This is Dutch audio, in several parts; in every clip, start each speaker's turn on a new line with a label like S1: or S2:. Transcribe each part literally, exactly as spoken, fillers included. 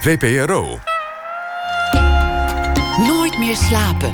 S1: V P R O.
S2: Nooit meer slapen.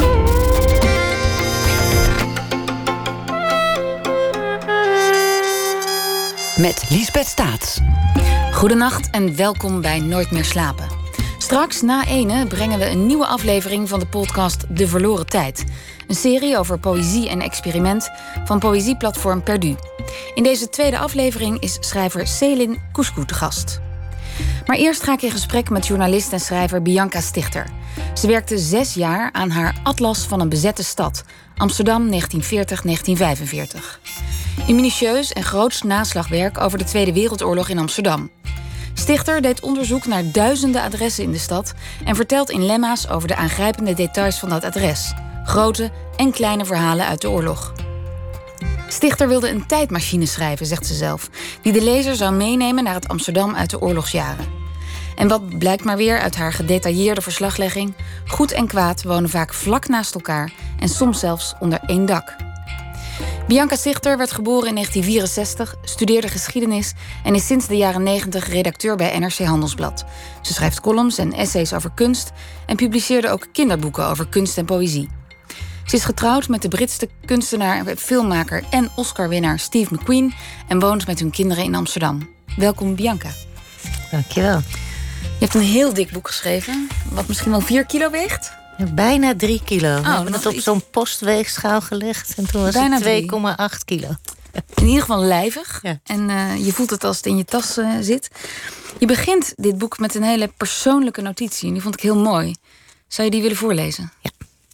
S2: Met Liesbeth Staats. Goedenacht en welkom bij Nooit meer slapen. Straks na ene brengen we een nieuwe aflevering van de podcast De Verloren Tijd. Een serie over poëzie en experiment van poëzieplatform Perdu. In deze tweede aflevering is schrijver Céline Kouskou te gast. Maar eerst ga ik in gesprek met journalist en schrijver Bianca Stichter. Ze werkte zes jaar aan haar Atlas van een bezette stad, Amsterdam negentien veertig tot negentien vijfenveertig. Een minutieus en groots naslagwerk over de Tweede Wereldoorlog in Amsterdam. Stichter deed onderzoek naar duizenden adressen in de stad en vertelt in lemma's over de aangrijpende details van dat adres. Grote en kleine verhalen uit de oorlog. Stichter wilde een tijdmachine schrijven, zegt ze zelf, die de lezer zou meenemen naar het Amsterdam uit de oorlogsjaren. En wat blijkt maar weer uit haar gedetailleerde verslaglegging? Goed en kwaad wonen vaak vlak naast elkaar en soms zelfs onder één dak. Bianca Stichter werd geboren in negentien vierenzestig, studeerde geschiedenis en is sinds de jaren negentig redacteur bij N R C Handelsblad. Ze schrijft columns en essays over kunst en publiceerde ook kinderboeken over kunst en poëzie. Ze is getrouwd met de Britse kunstenaar, filmmaker en Oscar-winnaar Steve McQueen en woont met hun kinderen in Amsterdam. Welkom Bianca.
S3: Dankjewel.
S2: Je hebt een heel dik boek geschreven, wat misschien wel vier kilo weegt.
S3: Bijna drie kilo.
S2: Oh,
S3: We hebben het op
S2: iets...
S3: zo'n postweegschaal gelegd en toen was
S2: Bijna
S3: het twee komma acht kilo.
S2: In ieder geval lijvig.
S3: Ja.
S2: En uh, je voelt het als het in je tas uh, zit. Je begint dit boek met een hele persoonlijke notitie. En die vond ik heel mooi. Zou je die willen voorlezen?
S3: Ja.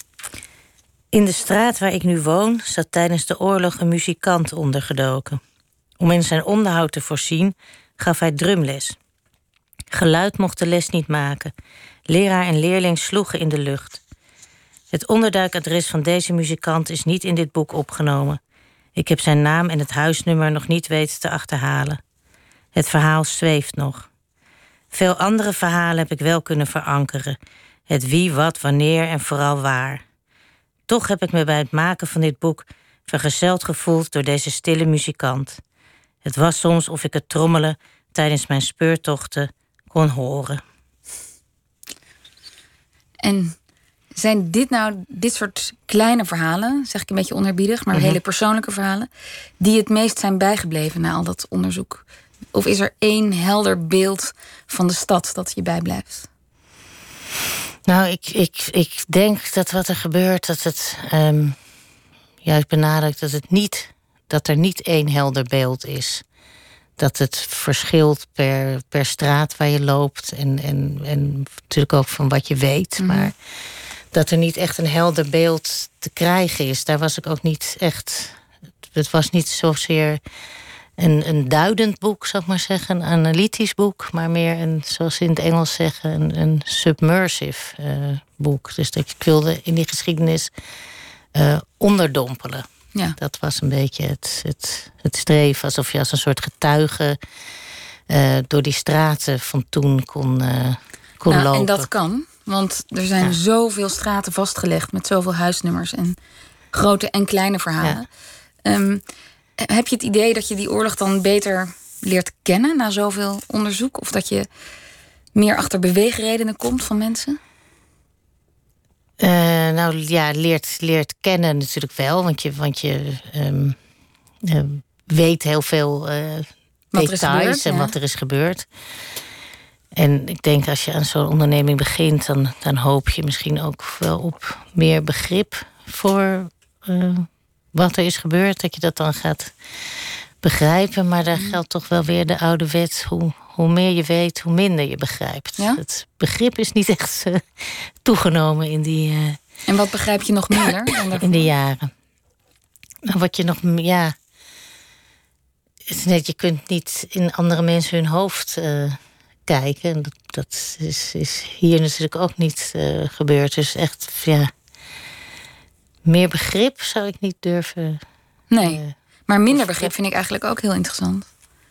S3: In de straat waar ik nu woon zat tijdens de oorlog een muzikant ondergedoken. Om in zijn onderhoud te voorzien gaf hij drumles. Geluid mocht de les niet maken. Leraar en leerling sloegen in de lucht. Het onderduikadres van deze muzikant is niet in dit boek opgenomen. Ik heb zijn naam en het huisnummer nog niet weten te achterhalen. Het verhaal zweeft nog. Veel andere verhalen heb ik wel kunnen verankeren. Het wie, wat, wanneer en vooral waar. Toch heb ik me bij het maken van dit boek vergezeld gevoeld door deze stille muzikant. Het was soms of ik het trommelen tijdens mijn speurtochten kon horen.
S2: En zijn dit nou, dit soort kleine verhalen, zeg ik een beetje oneerbiedig, maar mm-hmm. hele persoonlijke verhalen, die het meest zijn bijgebleven na al dat onderzoek? Of is er één helder beeld van de stad dat je bijblijft?
S3: Nou, ik, ik, ik denk dat wat er gebeurt, dat het um, juist benadrukt dat het niet, dat er niet één helder beeld is. Dat het verschilt per, per straat waar je loopt. En, en, en natuurlijk ook van wat je weet. Mm-hmm. Maar dat er niet echt een helder beeld te krijgen is. Daar was ik ook niet echt. Het was niet zozeer een, een duidend boek, zou ik maar zeggen. Een analytisch boek. Maar meer een, zoals ze in het Engels zeggen, een, een submersive uh, boek. Dus dat ik wilde in die geschiedenis uh, onderdompelen. Ja. Dat was een beetje het, het, het streven. Alsof je als een soort getuige uh, door die straten van toen kon, uh, kon
S2: nou,
S3: lopen.
S2: En dat kan, want er zijn ja. zoveel straten vastgelegd met zoveel huisnummers en grote en kleine verhalen. Ja. Um, heb je het idee dat je die oorlog dan beter leert kennen na zoveel onderzoek? Of dat je meer achter beweegredenen komt van mensen?
S3: Uh, nou ja, leert, leert kennen natuurlijk wel. Want je, want je um, uh, weet heel veel uh, details gebeurd, en ja. wat er is gebeurd. En ik denk als je aan zo'n onderneming begint, dan, dan hoop je misschien ook wel op meer begrip voor uh, wat er is gebeurd. Dat je dat dan gaat begrijpen. Maar daar geldt toch wel weer de oude wet. Hoe, hoe meer je weet, hoe minder je begrijpt. Ja? Het begrip is niet echt uh, toegenomen in die... Uh,
S2: en wat begrijp je nog minder dan
S3: in de jaren? Nou, wat je nog... Ja, het is net, je kunt niet in andere mensen hun hoofd uh, kijken. En dat, dat is, is hier natuurlijk ook niet uh, gebeurd. Dus echt, ja... Meer begrip zou ik niet durven...
S2: Nee, uh, maar minder begrip vind ik eigenlijk ook heel interessant.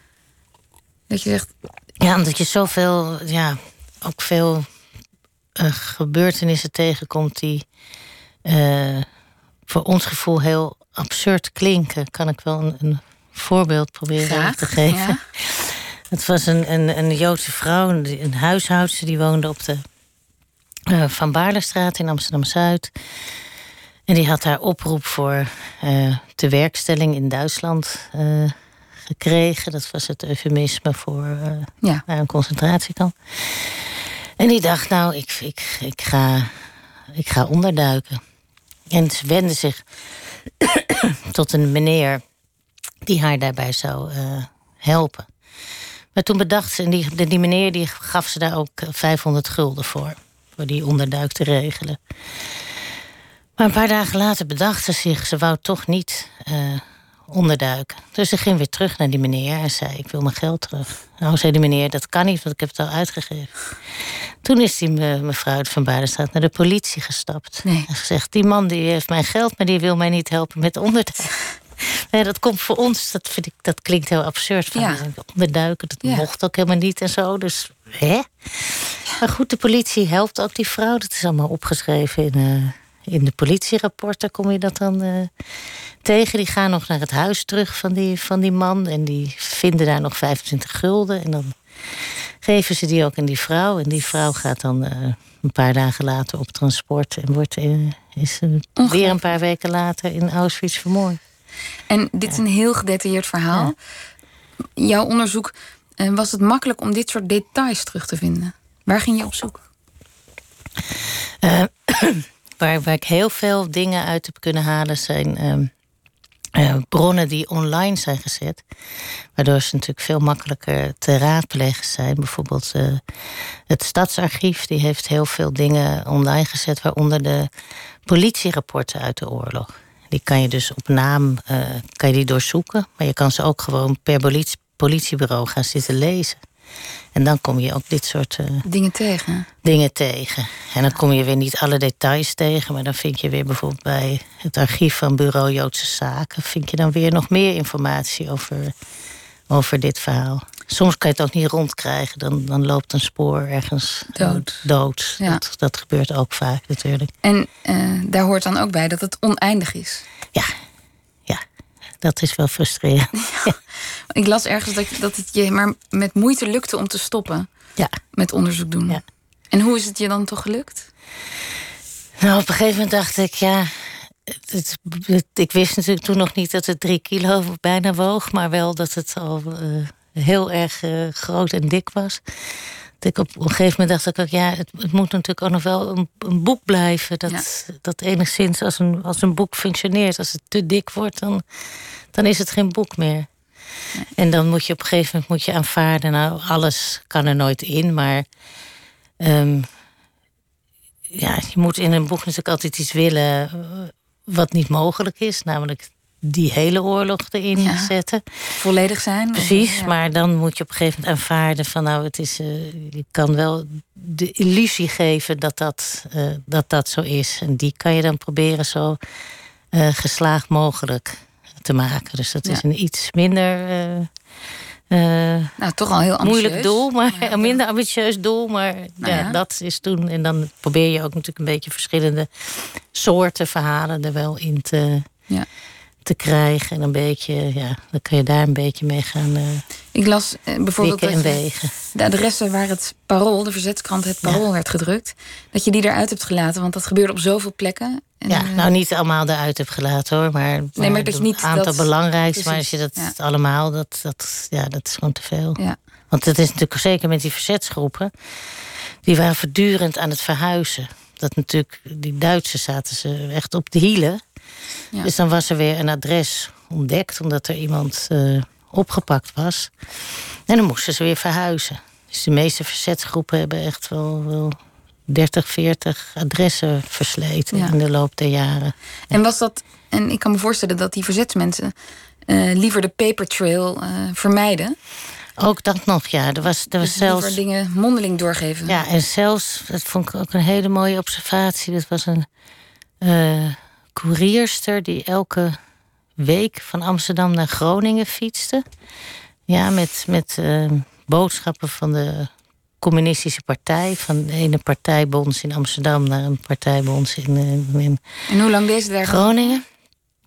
S2: Dat je zegt...
S3: Ja, omdat je zoveel... Ja, ook veel uh, gebeurtenissen tegenkomt die... Uh, voor ons gevoel heel absurd klinken. Kan ik wel een, een voorbeeld proberen
S2: Graag,
S3: te geven.
S2: Ja.
S3: Het was een, een, een Joodse vrouw, een, een huishoudster... die woonde op de uh, Van Baarlestraat in Amsterdam-Zuid. En die had haar oproep voor uh, tewerkstelling in Duitsland uh, gekregen. Dat was het eufemisme voor uh, ja. naar een concentratiekamp. En die dacht, nou, ik, ik, ik, ga, ik ga onderduiken. En ze wendde zich tot een meneer die haar daarbij zou uh, helpen. Maar toen bedacht ze, en die, die meneer die gaf ze daar ook vijfhonderd gulden voor. Voor die onderduik te regelen. Maar een paar dagen later bedacht ze zich, ze wou toch niet uh, onderduiken. Dus ze ging weer terug naar die meneer en zei, ik wil mijn geld terug. Nou, zei die meneer, dat kan niet, want ik heb het al uitgegeven. Toen is die me, mevrouw van Baarlestraat naar de politie gestapt.
S2: Nee.
S3: En gezegd, die man die heeft mijn geld, maar die wil mij niet helpen met onderduiken. Ja, dat komt voor ons, dat, vind ik, dat klinkt heel absurd. Van, ja. Onderduiken, dat ja. mocht ook helemaal niet en zo. Dus, hè? Maar goed, de politie helpt ook die vrouw. Dat is allemaal opgeschreven in, uh, in de politierapporten. Kom je dat dan uh, tegen. Die gaan nog naar het huis terug van die, van die man. En die vinden daar nog vijfentwintig gulden. En dan geven ze die ook aan die vrouw. En die vrouw gaat dan uh, een paar dagen later op transport. En wordt, uh, is uh, weer een paar weken later in Auschwitz vermoord.
S2: En dit is een heel gedetailleerd verhaal. Ja. Jouw onderzoek, was het makkelijk om dit soort details terug te vinden? Waar ging je op zoek?
S3: Uh, waar, waar ik heel veel dingen uit heb kunnen halen zijn uh, uh, bronnen die online zijn gezet. Waardoor ze natuurlijk veel makkelijker te raadplegen zijn. Bijvoorbeeld uh, het Stadsarchief, die heeft heel veel dingen online gezet, waaronder de politierapporten uit de oorlog. Die kan je dus op naam uh, kan je die doorzoeken. Maar je kan ze ook gewoon per politie, politiebureau gaan zitten lezen. En dan kom je ook dit soort uh,
S2: dingen tegen.
S3: Dingen tegen. En dan kom je weer niet alle details tegen. Maar dan vind je weer bijvoorbeeld bij het archief van Bureau Joodse Zaken, vind je dan weer nog meer informatie over, over dit verhaal. Soms kan je het ook niet rondkrijgen. Dan, dan loopt een spoor ergens
S2: dood.
S3: dood. Ja. Dat, dat gebeurt ook vaak natuurlijk.
S2: En uh, daar hoort dan ook bij dat het oneindig is.
S3: Ja, ja. Dat is wel frustrerend. Ja.
S2: Ik las ergens dat, dat het je maar met moeite lukte om te stoppen.
S3: Ja.
S2: Met onderzoek doen.
S3: Ja.
S2: En hoe is het je dan toch gelukt?
S3: Nou, op een gegeven moment dacht ik, ja... Het, het, ik wist natuurlijk toen nog niet dat het drie kilo bijna woog. Maar wel dat het al... Uh, heel erg uh, groot en dik was. Dat ik op een gegeven moment dacht ik ook, ja, het, het moet natuurlijk ook nog wel een, een boek blijven. Dat, ja. dat enigszins als een, als een boek functioneert. Als het te dik wordt, dan, dan is het geen boek meer. Nee. En dan moet je op een gegeven moment moet je aanvaarden, nou, alles kan er nooit in, maar um, ja, je moet in een boek natuurlijk altijd iets willen wat niet mogelijk is, namelijk die hele oorlog erin ja. zetten.
S2: Volledig zijn.
S3: Precies,
S2: ja.
S3: Maar dan moet je op een gegeven moment aanvaarden van nou, het is, uh, je kan wel de illusie geven dat dat, uh, dat dat zo is. En die kan je dan proberen zo uh, geslaagd mogelijk te maken. Dus dat ja. is een iets minder uh, uh,
S2: nou, toch al heel ambitieus.
S3: Moeilijk doel, maar ja, een minder ambitieus doel. Maar nou ja, ja, dat is toen. En dan probeer je ook natuurlijk een beetje verschillende soorten verhalen er wel in te... Ja. te krijgen en een beetje, ja, dan kun je daar een beetje mee gaan. Uh,
S2: ik las uh, bijvoorbeeld dat
S3: en wegen.
S2: De adressen waar het Parool, de verzetskrant Het Parool, ja. werd gedrukt, dat je die eruit hebt gelaten, want dat gebeurde op zoveel plekken. En,
S3: ja, nou niet allemaal eruit hebt gelaten hoor, maar,
S2: nee, maar, maar dat je niet
S3: een aantal
S2: dat,
S3: belangrijkste, maar als je dat
S2: ja.
S3: allemaal, dat, dat, ja, dat is gewoon te veel.
S2: Ja.
S3: Want het is natuurlijk zeker met die verzetsgroepen, die waren voortdurend aan het verhuizen. Dat natuurlijk, die Duitsers zaten ze echt op de hielen. Ja. Dus dan was er weer een adres ontdekt, omdat er iemand uh, opgepakt was. En dan moesten ze weer verhuizen. Dus de meeste verzetsgroepen hebben echt wel, wel dertig, veertig adressen versleten ja. in de loop der jaren.
S2: En was dat, en ik kan me voorstellen dat die verzetsmensen uh, liever de paper trail uh, vermijden.
S3: Ook dat nog, ja. Er was, er was
S2: dus
S3: zelfs
S2: liever dingen mondeling doorgeven.
S3: Ja, en zelfs, dat vond ik ook een hele mooie observatie. Dat was een uh, koerierster die elke week van Amsterdam naar Groningen fietste. Ja, met, met uh, boodschappen van de communistische partij. Van de ene partijbonds in Amsterdam naar een partijbonds in, in, in
S2: En hoe lang deed ze daar?
S3: Groningen.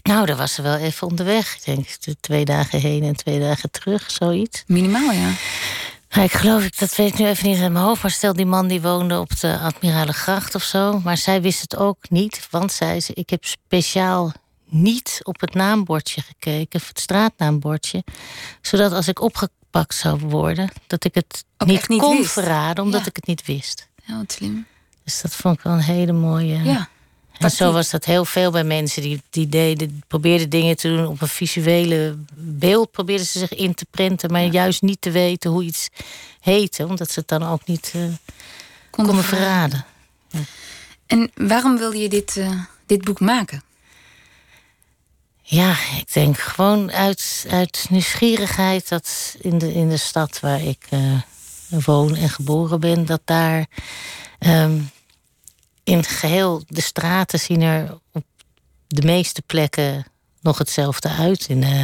S3: Nou, daar was ze wel even onderweg. Ik denk twee dagen heen en twee dagen terug, zoiets.
S2: Minimaal, ja.
S3: Nou, ik geloof, ik, dat weet ik nu even niet uit mijn hoofd... maar stel, die man die woonde op de Admiralengracht of zo... maar zij wist het ook niet, want zei ze... ik heb speciaal niet op het naambordje gekeken... of het straatnaambordje... zodat als ik opgepakt zou worden... dat ik het niet, niet kon wist. verraden, omdat ja. ik het niet wist.
S2: Ja, wat slim.
S3: Dus dat vond ik wel een hele mooie...
S2: Ja.
S3: En zo was dat heel veel bij mensen die, die deden, probeerden dingen te doen op een visuele beeld, probeerden ze zich in te prenten, maar ja. juist niet te weten hoe iets heette, omdat ze het dan ook niet uh, konden, konden verraden. Ja.
S2: En waarom wilde je dit, uh, dit boek maken?
S3: Ja, ik denk gewoon uit, uit nieuwsgierigheid dat in de, in de stad waar ik uh, woon en geboren ben, dat daar... Um, in geheel de straten zien er op de meeste plekken nog hetzelfde uit. In, uh,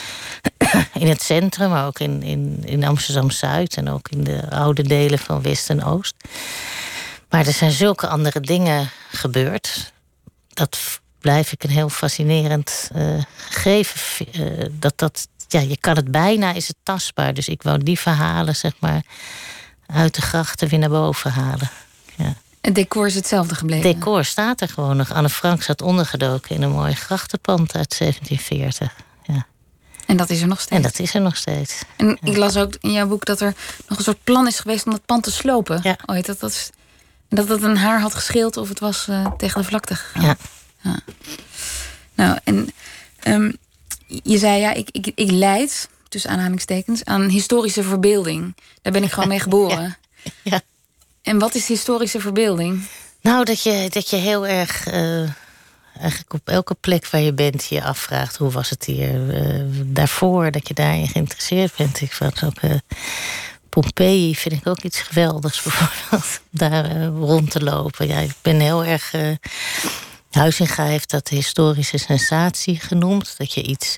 S3: in het centrum, maar ook in, in, in Amsterdam-Zuid... en ook in de oude delen van West en Oost. Maar er zijn zulke andere dingen gebeurd. Dat blijf ik een heel fascinerend uh, gegeven. Uh, dat dat, ja, je kan het bijna, is het tastbaar. Dus ik wou die verhalen, zeg maar, uit de grachten weer naar boven halen. Ja.
S2: Het decor is hetzelfde gebleven?
S3: Het decor staat er gewoon nog. Anne Frank zat ondergedoken in een mooi grachtenpand uit zeventien veertig. Ja.
S2: En dat is er nog steeds?
S3: En dat is er nog steeds.
S2: En
S3: ja.
S2: ik las ook in jouw boek dat er nog een soort plan is geweest om dat pand te slopen.
S3: Ja.
S2: Ooit. Dat, dat, dat het een haar had gescheeld of het was uh, tegen de vlakte gegaan.
S3: Ja.
S2: ja. Nou, en um, je zei ja, ik, ik, ik lijd, tussen aanhalingstekens, aan historische verbeelding. Daar ben ik gewoon mee geboren.
S3: Ja. ja.
S2: En wat is historische verbeelding?
S3: Nou, dat je, dat je heel erg... Uh, eigenlijk op elke plek waar je bent je afvraagt... hoe was het hier uh, daarvoor, dat je daarin geïnteresseerd bent. Ik vond ook... Uh, Pompeii vind ik ook iets geweldigs, bijvoorbeeld. Daar uh, rond te lopen. Ja, ik ben heel erg... Uh, Huizinga heeft dat historische sensatie genoemd. Dat je iets...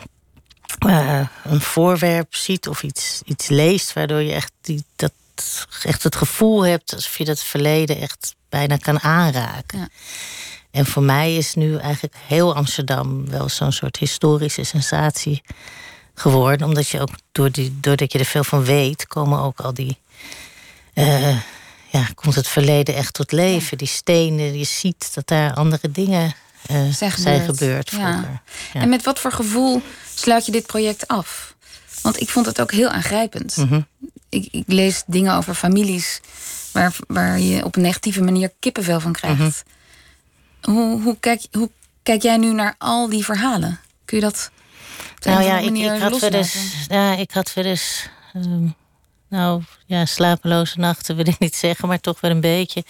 S3: Uh, een voorwerp ziet of iets, iets leest... waardoor je echt die, dat... echt het gevoel hebt alsof je dat verleden echt bijna kan aanraken. Ja. En voor mij is nu eigenlijk heel Amsterdam wel zo'n soort historische sensatie geworden. Omdat je ook, door die, doordat je er veel van weet, komen ook al die... Uh, ja, komt het verleden echt tot leven. Ja. Die stenen, je ziet dat daar andere dingen uh, zijn gebeurd, gebeurd vroeger.
S2: Ja. Ja. En met wat voor gevoel sluit je dit project af? Want ik vond het ook heel aangrijpend.
S3: Mm-hmm.
S2: Ik, ik lees dingen over families waar, waar je op een negatieve manier kippenvel van krijgt.
S3: Mm-hmm.
S2: Hoe, hoe, kijk, hoe kijk jij nu naar al die verhalen? Kun je dat op een
S3: nou ja,
S2: manier
S3: ik, ik had wel eens, ja, ik had wel eens... Um, nou, ja, slapeloze nachten wil ik niet zeggen, maar toch wel een beetje.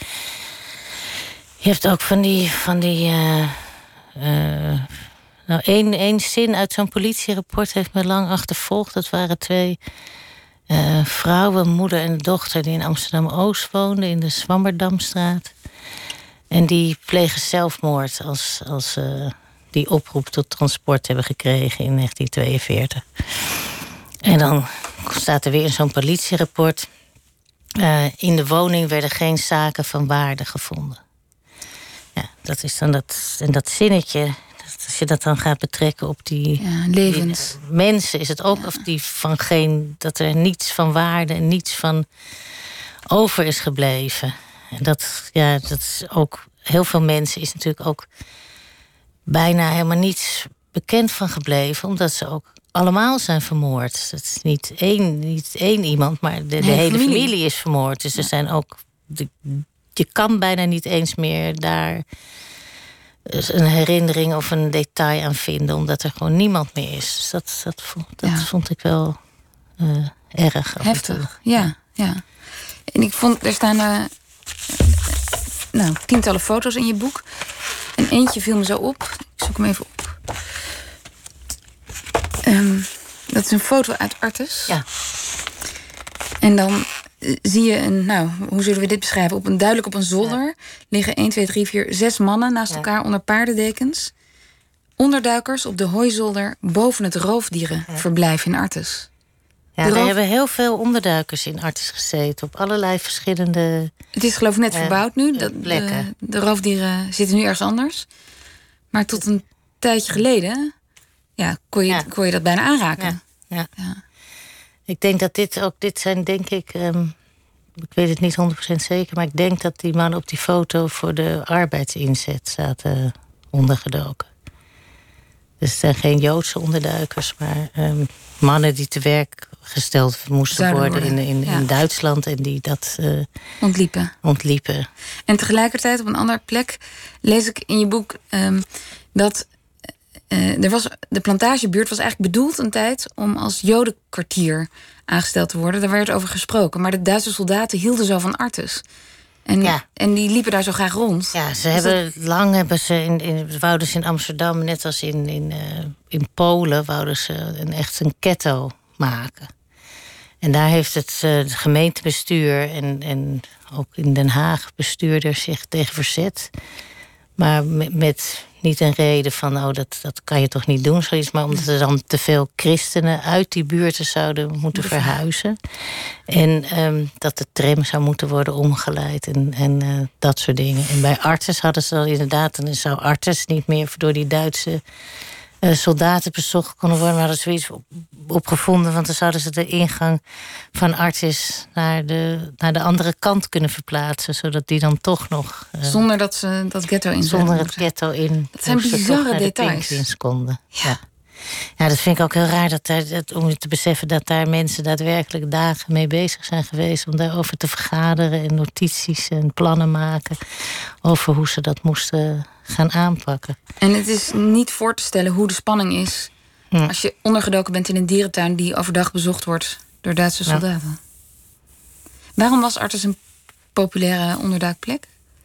S3: Je hebt ook van die... Van die uh, uh, nou, één, één zin uit zo'n politierapport heeft me lang achtervolgd. Dat waren twee... Uh, vrouwen, moeder en dochter die in Amsterdam-Oost woonden... in de Zwammerdamstraat. En die plegen zelfmoord als, als uh, die oproep tot transport hebben gekregen in negentien tweeënveertig. En dan staat er weer in zo'n politierapport... Uh, in de woning werden geen zaken van waarde gevonden. Ja, dat is dan dat... En dat zinnetje... Als je dat dan gaat betrekken op die,
S2: ja, levens.
S3: die mensen... is het ook ja. of die van geen, dat er niets van waarde en niets van over is gebleven. En dat, ja, dat is ook... Heel veel mensen is natuurlijk ook bijna helemaal niets bekend van gebleven... omdat ze ook allemaal zijn vermoord. Dat is niet één, niet één iemand, maar de, de hele familie. familie is vermoord. Dus ja. er zijn ook... De, je kan bijna niet eens meer daar... een herinnering of een detail aan vinden... omdat er gewoon niemand meer is. Dus dat, dat, vond, dat ja. vond ik wel uh, erg.
S2: Heftig, ja, ja. En ik vond, er staan uh, nou, tientallen foto's in je boek. En eentje viel me zo op. Ik zoek hem even op. Um, dat is een foto uit Artes.
S3: Ja.
S2: En dan zie je een, nou, hoe zullen we dit beschrijven? Op een, duidelijk op een zolder ja. liggen één, twee, drie, vier, zes mannen naast ja. elkaar onder paardendekens. Onderduikers op de hooizolder boven het roofdierenverblijf in Artes.
S3: Ja, er roof... hebben heel veel onderduikers in Artes gezeten. Op allerlei verschillende...
S2: Het is geloof ik net uh, verbouwd nu.
S3: Dat,
S2: de, de roofdieren zitten nu ergens anders. Maar tot een tijdje geleden... Ja, kon je,
S3: ja.
S2: kon je dat bijna aanraken.
S3: Ja, ja.
S2: Ja.
S3: Ik denk dat dit ook... Dit zijn denk ik... Um, ik weet het niet honderd procent zeker... maar ik denk dat die mannen op die foto... voor de arbeidsinzet zaten ondergedoken. Dus het zijn geen Joodse onderduikers... maar um, mannen die te werk gesteld moesten
S2: Zouden
S3: worden,
S2: worden.
S3: In, in,
S2: Ja.
S3: in Duitsland... en die dat uh,
S2: Ontliepen.
S3: ontliepen.
S2: En tegelijkertijd op een andere plek lees ik in je boek... Um, dat uh, er was, de plantagebuurt was eigenlijk bedoeld een tijd... om als jodenkwartier aangesteld te worden. Daar werd over gesproken. Maar de Duitse soldaten hielden zo van Artes. En,
S3: Ja.
S2: en die liepen daar zo graag rond.
S3: Ja, ze
S2: Dus
S3: hebben
S2: dat...
S3: lang hebben ze in, in wouden ze in Amsterdam, net als in, in, uh, in Polen, wouden ze een, echt een ghetto maken. En daar heeft het, uh, het gemeentebestuur en, en ook in Den Haag bestuurders zich tegen verzet. Maar met, met niet een reden van, oh, dat, dat kan je toch niet doen, zoiets. Maar omdat er dan te veel christenen uit die buurten zouden moeten verhuizen. En um, dat de tram zou moeten worden omgeleid en, en uh, dat soort dingen. En bij Artes hadden ze dan inderdaad, dan zou Artes niet meer door die Duitse uh, soldaten bezocht kunnen worden. Maar hadden ze zoiets op, opgevonden, want dan zouden ze de ingang van Artes naar de, naar de andere kant kunnen verplaatsen. Zodat die dan toch nog... Uh,
S2: zonder dat ze dat ghetto in
S3: Zonder het
S2: moeten.
S3: ghetto in.
S2: Dat zijn bizarre details.
S3: De konden.
S2: Ja.
S3: Ja. Ja, dat vind ik ook heel raar, dat daar, dat, om je te beseffen dat daar mensen daadwerkelijk dagen mee bezig zijn geweest om daarover te vergaderen en notities en plannen maken over hoe ze dat moesten gaan aanpakken.
S2: En het is niet voor te stellen hoe de spanning is hm. als je ondergedoken bent in een dierentuin die overdag bezocht wordt door Duitse soldaten. Ja. Waarom was Artes een populaire onderduikplek?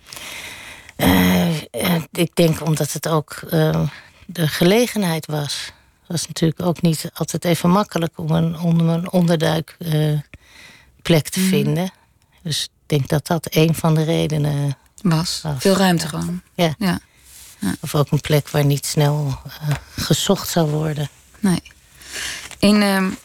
S3: Uh, uh, ik denk omdat het ook uh, de gelegenheid was. Het was natuurlijk ook niet altijd even makkelijk om een, om een onderduikplek uh, te mm. vinden. Dus ik denk dat dat een van de redenen
S2: was. was. Veel ruimte ja. gewoon.
S3: Ja.
S2: Ja. Ja.
S3: Of ook een plek waar niet snel uh, gezocht zou worden.
S2: Nee. Een,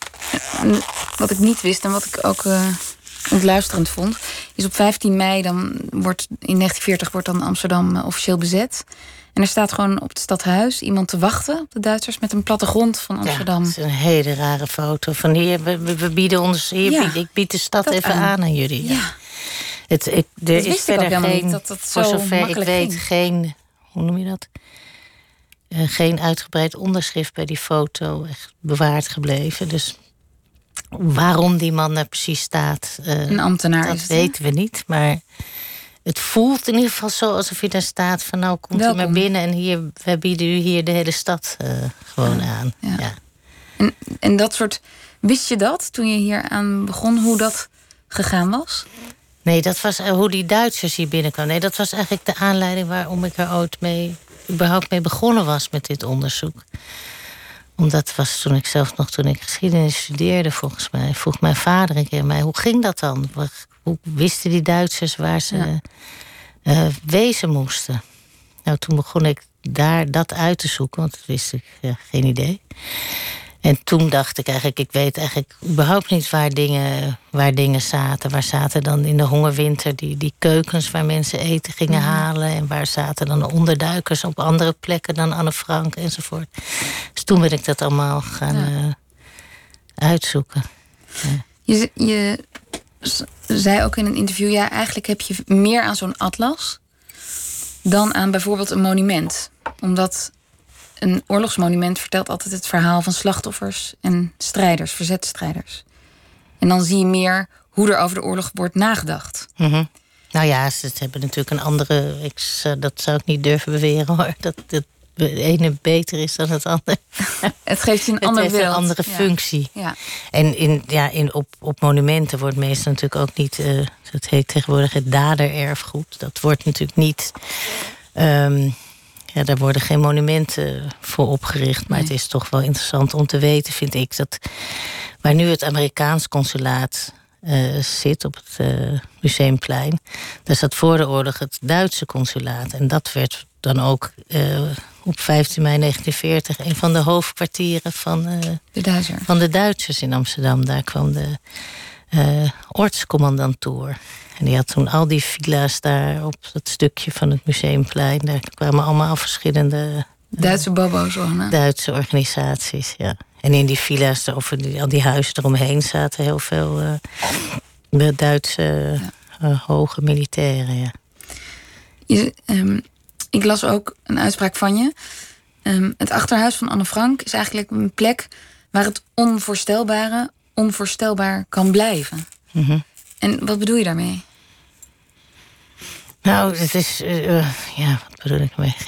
S2: uh, wat ik niet wist en wat ik ook uh, ontluisterend vond, is op vijftien mei, dan wordt in negentien veertig wordt dan Amsterdam uh, officieel bezet. En er staat gewoon op het stadhuis iemand te wachten op de Duitsers met een plattegrond van Amsterdam.
S3: Ja, dat is een hele rare foto. Van hier, we, we bieden ons, hier ja, bied, ik bied de stad even aan. aan aan jullie. Ja.
S2: Ja.
S3: Het, ik, er
S2: dat
S3: is verder geen,
S2: niet, dat dat
S3: voor
S2: zo
S3: zover ik weet,
S2: ging.
S3: geen, hoe noem je dat? Uh, geen uitgebreid onderschrift bij die foto echt bewaard gebleven. Dus waarom die man daar precies staat, uh,
S2: een ambtenaar
S3: dat
S2: is het,
S3: weten we niet. Maar het voelt in ieder geval zo alsof je daar staat van nou komt u maar binnen en hier, wij bieden u hier de hele stad uh, gewoon ja, aan.
S2: Ja.
S3: Ja.
S2: En, en dat soort, wist je dat toen je hier aan begon, hoe dat gegaan was?
S3: Nee, dat was uh, hoe die Duitsers hier binnenkwamen. Nee, dat was eigenlijk de aanleiding waarom ik er ooit mee, überhaupt mee begonnen was met dit onderzoek. Omdat was toen ik zelf nog, toen ik geschiedenis studeerde, volgens mij, vroeg mijn vader een keer mij, hoe ging dat dan? Hoe wisten die Duitsers waar ze ja. uh, wezen moesten? Nou, toen begon ik daar dat uit te zoeken, want dat wist ik ja, geen idee. En toen dacht ik eigenlijk, ik weet eigenlijk überhaupt niet waar dingen, waar dingen zaten. Waar zaten dan in de hongerwinter die, die keukens waar mensen eten gingen mm-hmm. halen. En waar zaten dan de onderduikers op andere plekken dan Anne Frank enzovoort. Dus toen ben ik dat allemaal gaan ja. uh, uitzoeken. Ja.
S2: Je, je zei ook in een interview, ja, eigenlijk heb je meer aan zo'n atlas dan aan bijvoorbeeld een monument. Omdat een oorlogsmonument vertelt altijd het verhaal van slachtoffers en strijders, verzetstrijders. En dan zie je meer hoe er over de oorlog wordt nagedacht.
S3: Mm-hmm. Nou ja, ze hebben natuurlijk een andere, ik, dat zou ik niet durven beweren hoor, dat het ene beter is dan het ander.
S2: Het geeft je een
S3: het
S2: ander
S3: heeft
S2: beeld.
S3: een andere
S2: ja.
S3: functie.
S2: Ja.
S3: En in, ja, in, op, op monumenten wordt meestal natuurlijk ook niet, uh, dat heet tegenwoordig het dadererfgoed. Dat wordt natuurlijk niet, um, ja, daar worden geen monumenten voor opgericht. Maar nee. Het is toch wel interessant om te weten, vind ik, dat waar nu het Amerikaans consulaat Uh, zit op het uh, Museumplein. Daar zat voor de oorlog het Duitse consulaat. En dat werd dan ook uh, op vijftien mei negentien veertig een van de hoofdkwartieren van, uh,
S2: de Duitsers.
S3: van de Duitsers in Amsterdam. Daar kwam de uh, ortscommandantuur. En die had toen al die villa's daar op dat stukje van het Museumplein. Daar kwamen allemaal verschillende
S2: Duitse bobo's wonen.
S3: Duitse organisaties, ja. En in die villa's, of die, al die huizen eromheen, zaten heel veel uh, Duitse ja. uh, hoge militairen, ja.
S2: Je, um, ik las ook een uitspraak van je. Um, het achterhuis van Anne Frank is eigenlijk een plek waar het onvoorstelbare onvoorstelbaar kan blijven.
S3: Mm-hmm.
S2: En wat bedoel je daarmee?
S3: Nou, het is... Uh, ja, wat bedoel ik ermee?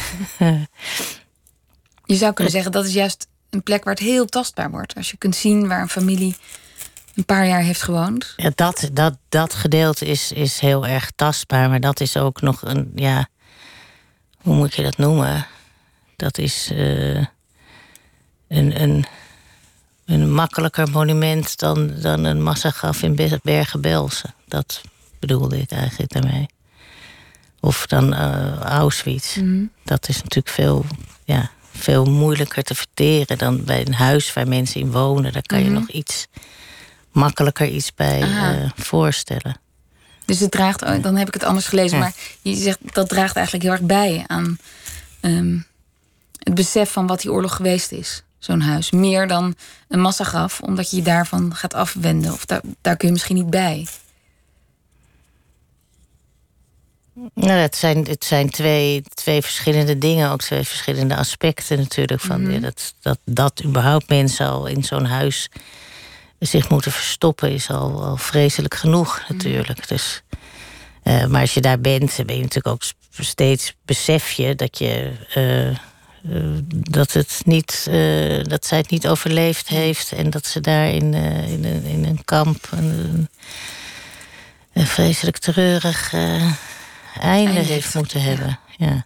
S2: Je zou kunnen zeggen, dat is juist een plek waar het heel tastbaar wordt. Als je kunt zien waar een familie een paar jaar heeft gewoond.
S3: Ja, dat, dat, dat gedeelte is, is heel erg tastbaar. Maar dat is ook nog een... ja, hoe moet je dat noemen? Dat is uh, een, een, een makkelijker monument dan, dan een massagraf in Bergen-Belsen. Dat bedoelde ik eigenlijk daarmee. Of dan uh, Auschwitz. Mm. Dat is natuurlijk veel, ja, veel moeilijker te verteren dan bij een huis waar mensen in wonen. Daar kan je mm. nog iets makkelijker iets bij uh, voorstellen.
S2: Dus het draagt, oh, dan heb ik het anders gelezen, ja. Maar je zegt dat draagt eigenlijk heel erg bij aan um, het besef van wat die oorlog geweest is. Zo'n huis. Meer dan een massagraf, omdat je je daarvan gaat afwenden. Of daar, daar kun je misschien niet bij.
S3: Nou, het zijn, het zijn twee, twee verschillende dingen, ook twee verschillende aspecten natuurlijk. Van, mm-hmm. ja, dat, dat, dat überhaupt mensen al in zo'n huis zich moeten verstoppen is al, al vreselijk genoeg natuurlijk. Mm-hmm. Dus, uh, maar als je daar bent, ben je natuurlijk ook steeds besef je dat je uh, uh, dat het niet, uh, dat zij het niet overleefd heeft en dat ze daar in, uh, in, een, in een kamp een, een vreselijk treurig uh, einde, einde heeft moeten hebben. Ja. Ja.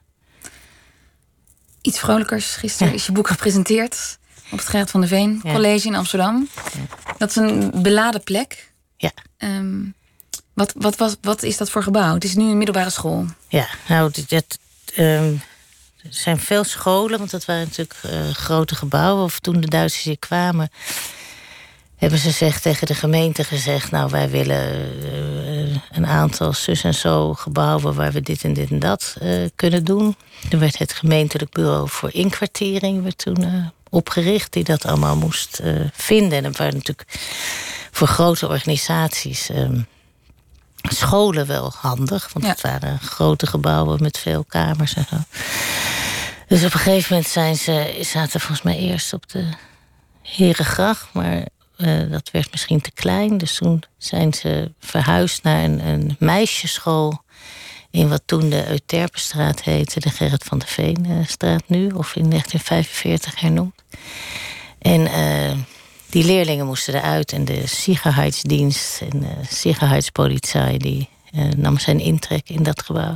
S2: Iets vrolijkers. Gisteren ja. is je boek gepresenteerd op het Gerrit van der Veen ja. College in Amsterdam. Ja. Dat is een beladen plek.
S3: Ja.
S2: Um, wat, wat, was, wat is dat voor gebouw? Het is nu een middelbare school.
S3: Ja, nou, dat, um, er zijn veel scholen, want dat waren natuurlijk uh, grote gebouwen. Of toen de Duitsers hier kwamen, hebben ze zeg, tegen de gemeente gezegd, nou, wij willen uh, een aantal zus en zo gebouwen waar we dit en dit en dat uh, kunnen doen. Er werd het gemeentelijk bureau voor inkwartiering werd toen uh, opgericht, die dat allemaal moest uh, vinden. En dat waren natuurlijk voor grote organisaties uh, scholen wel handig, want ja. het waren grote gebouwen met veel kamers en zo. Dus op een gegeven moment zijn ze, zaten volgens mij eerst op de Herengracht, maar uh, dat werd misschien te klein. Dus toen zijn ze verhuisd naar een, een meisjesschool in wat toen de Euterpenstraat heette, de Gerrit van der Veenstraat nu, of in negentien vijfenveertig hernoemd. En uh, die leerlingen moesten eruit en de Sicherheidsdienst en de Sicherheidspolizei die uh, nam zijn intrek in dat gebouw.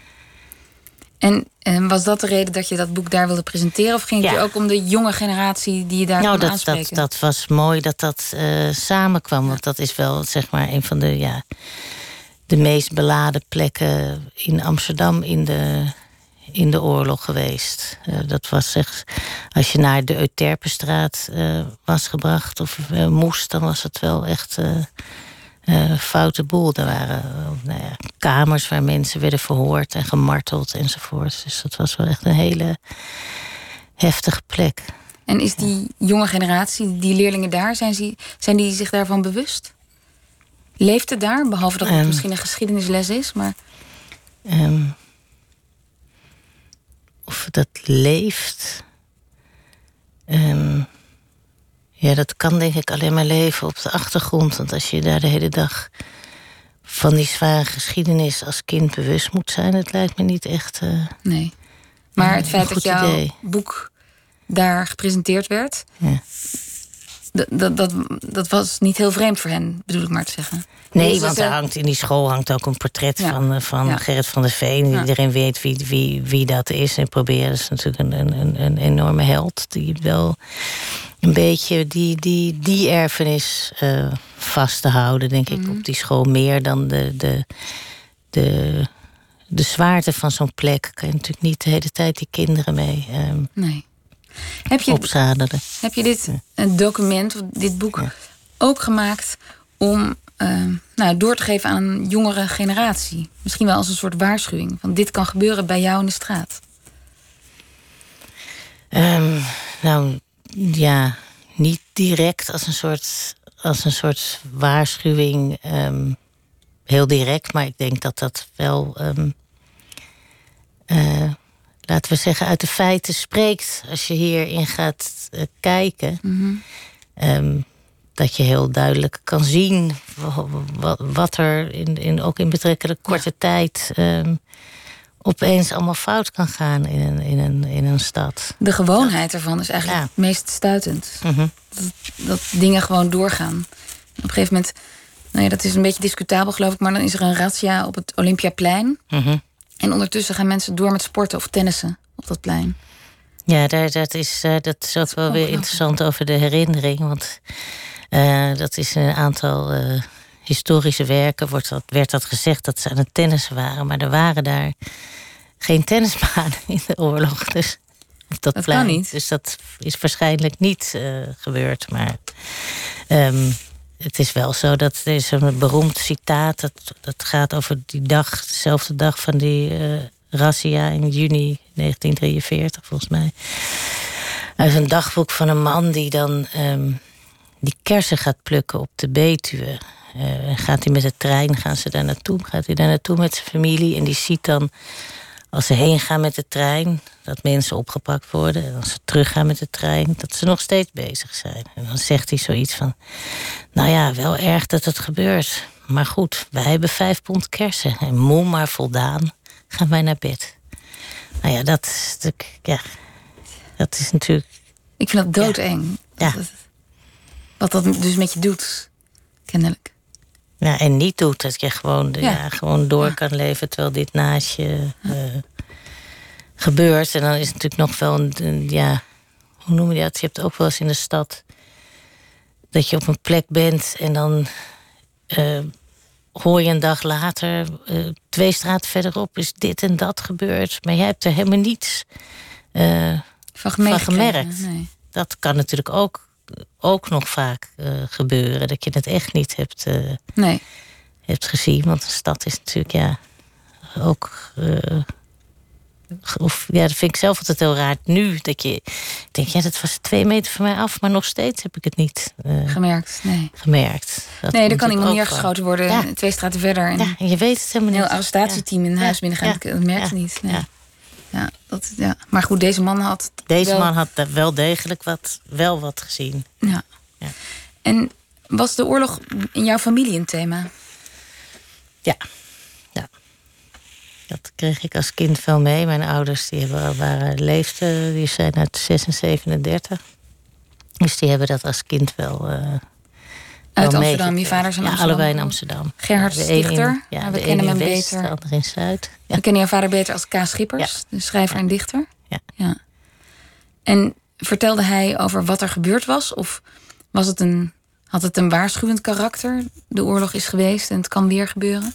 S2: En, en was dat de reden dat je dat boek daar wilde presenteren? Of ging het ja. je ook om de jonge generatie die je daar
S3: nou,
S2: kon
S3: dat,
S2: aanspreken?
S3: Nou, dat, dat was mooi dat dat uh, samenkwam. Ja. Want dat is wel zeg maar een van de, ja, de meest beladen plekken in Amsterdam in de, in de oorlog geweest. Uh, dat was zeg, als je naar de Euterpenstraat uh, was gebracht of uh, moest, dan was het wel echt Uh, Uh, foute boel. Er waren uh, nou ja, kamers waar mensen werden verhoord en gemarteld enzovoort. Dus dat was wel echt een hele heftige plek.
S2: En is die ja. jonge generatie, die leerlingen daar, zijn, ze, zijn die zich daarvan bewust? Leeft het daar? Behalve dat het um, misschien een geschiedenisles is, maar
S3: Um, of dat leeft Um, Ja, dat kan denk ik alleen maar leven op de achtergrond. Want als je daar de hele dag van die zware geschiedenis als kind bewust moet zijn, dat lijkt me niet echt uh,
S2: nee. Maar het feit dat jouw
S3: idee.
S2: boek daar gepresenteerd werd,
S3: ja.
S2: dat, dat, dat, dat was niet heel vreemd voor hen, bedoel ik maar te zeggen.
S3: Nee,
S2: dus
S3: want er hangt, in die school hangt ook een portret ja. van, van ja. Gerrit van der Veen. Ja. Iedereen weet wie, wie, wie dat is. En proberen, dat is natuurlijk een, een, een enorme held die wel een beetje die, die, die erfenis uh, vast te houden, denk ik, mm-hmm. op die school. Meer dan de, de, de, de zwaarte van zo'n plek. Kan je natuurlijk niet de hele tijd die kinderen mee um,
S2: nee. heb je,
S3: opzadelen.
S2: Heb je dit ja. document, dit boek, ja. ook gemaakt om uh, nou, door te geven aan een jongere generatie? Misschien wel als een soort waarschuwing. Van dit kan gebeuren bij jou in de straat.
S3: Um, nou, ja, niet direct als een soort, als een soort waarschuwing. Um, heel direct, maar ik denk dat dat wel... Um, uh, laten we zeggen, uit de feiten spreekt als je hierin gaat uh, kijken. Mm-hmm. Um, dat je heel duidelijk kan zien wat, wat er in, in, ook in betrekkelijk korte ja. tijd um, opeens allemaal fout kan gaan in een, in een, in een stad.
S2: De gewoonheid ervan is eigenlijk ja. het meest stuitend. Mm-hmm. Dat, dat dingen gewoon doorgaan. Op een gegeven moment, nou ja, dat is een beetje discutabel geloof ik, maar dan is er een razzia op het Olympiaplein. Mm-hmm. En ondertussen gaan mensen door met sporten of tennissen op dat plein.
S3: Ja, daar, dat, is, uh, dat is ook wel weer interessant over de herinnering. Want uh, dat is een aantal uh, historische werken. Wordt dat, werd dat gezegd dat ze aan het tennissen waren. Maar er waren daar geen tennisbanen in de oorlog. Dus, op dat
S2: dat
S3: plein.
S2: kan niet.
S3: Dus dat is waarschijnlijk niet uh, gebeurd. Maar um, het is wel zo dat er is een beroemd citaat. Dat, dat gaat over die dag, dezelfde dag van die... Uh, razzia in juni negentien drieënveertig, volgens mij. Uit een dagboek van een man die dan um, die kersen gaat plukken op de Betuwe. Uh, gaat hij met de trein, gaan ze daar naartoe? Gaat hij daar naartoe met zijn familie? En die ziet dan, als ze heen gaan met de trein, dat mensen opgepakt worden. En als ze teruggaan met de trein, dat ze nog steeds bezig zijn. En dan zegt hij zoiets van, nou ja, wel erg dat het gebeurt. Maar goed, wij hebben vijf pond kersen. En moe maar voldaan gaan wij naar bed. Nou ja, dat is natuurlijk... Ja, dat is natuurlijk...
S2: Ik vind dat doodeng.
S3: Ja.
S2: Dat, wat dat dus met je doet, kennelijk.
S3: Ja, en niet doet dat je gewoon, ja. Ja, gewoon door ja. kan leven... terwijl dit naast je ja. uh, gebeurt. En dan is het natuurlijk nog wel een, een... Ja, hoe noem je dat? Je hebt ook wel eens in de stad... dat je op een plek bent en dan... Uh, hoor je een dag later, uh, twee straten verderop is dit en dat gebeurd. Maar jij hebt er helemaal niets uh, van gemerkt. Van gemerkt. Nee. Dat kan natuurlijk ook, ook nog vaak uh, gebeuren. Dat je het echt niet hebt, uh,
S2: nee.
S3: hebt gezien. Want een stad is natuurlijk ja, ook... Uh, of, ja, dat vind ik zelf altijd heel raar. Nu dat je denkt, ja, dat was twee meter van mij af... maar nog steeds heb ik het niet uh,
S2: gemerkt. Nee,
S3: gemerkt. Dat
S2: nee er kan iemand neergeschoten worden ja. twee straten verder. En
S3: ja, en je weet het helemaal niet.
S2: Een heel arrestatieteam in
S3: ja.
S2: huis binnengaan, ja. dat merkt je ja. niet. Nee. Ja. Ja, dat, ja. Maar goed, deze man had...
S3: Deze
S2: wel...
S3: man had wel degelijk wat, wel wat gezien.
S2: Ja. ja. En was de oorlog in jouw familie een thema?
S3: Ja. Ja. Dat kreeg ik als kind veel mee. Mijn ouders die hebben, waren, leefden, die zijn uit zes en zevenendertig. Dus die hebben dat als kind wel... Uh,
S2: uit wel Amsterdam, je vader is in
S3: ja,
S2: Amsterdam?
S3: allebei in Amsterdam.
S2: Gerhard
S3: ja,
S2: Stichter,
S3: in, ja,
S2: we kennen hem
S3: West,
S2: beter.
S3: De andere in Zuid. Ja.
S2: We kennen jouw vader beter als K. Schippers,
S3: ja.
S2: de schrijver
S3: ja.
S2: en dichter.
S3: Ja.
S2: ja. En vertelde hij over wat er gebeurd was? Of was het een, had het een waarschuwend karakter? De oorlog is geweest en het kan weer gebeuren?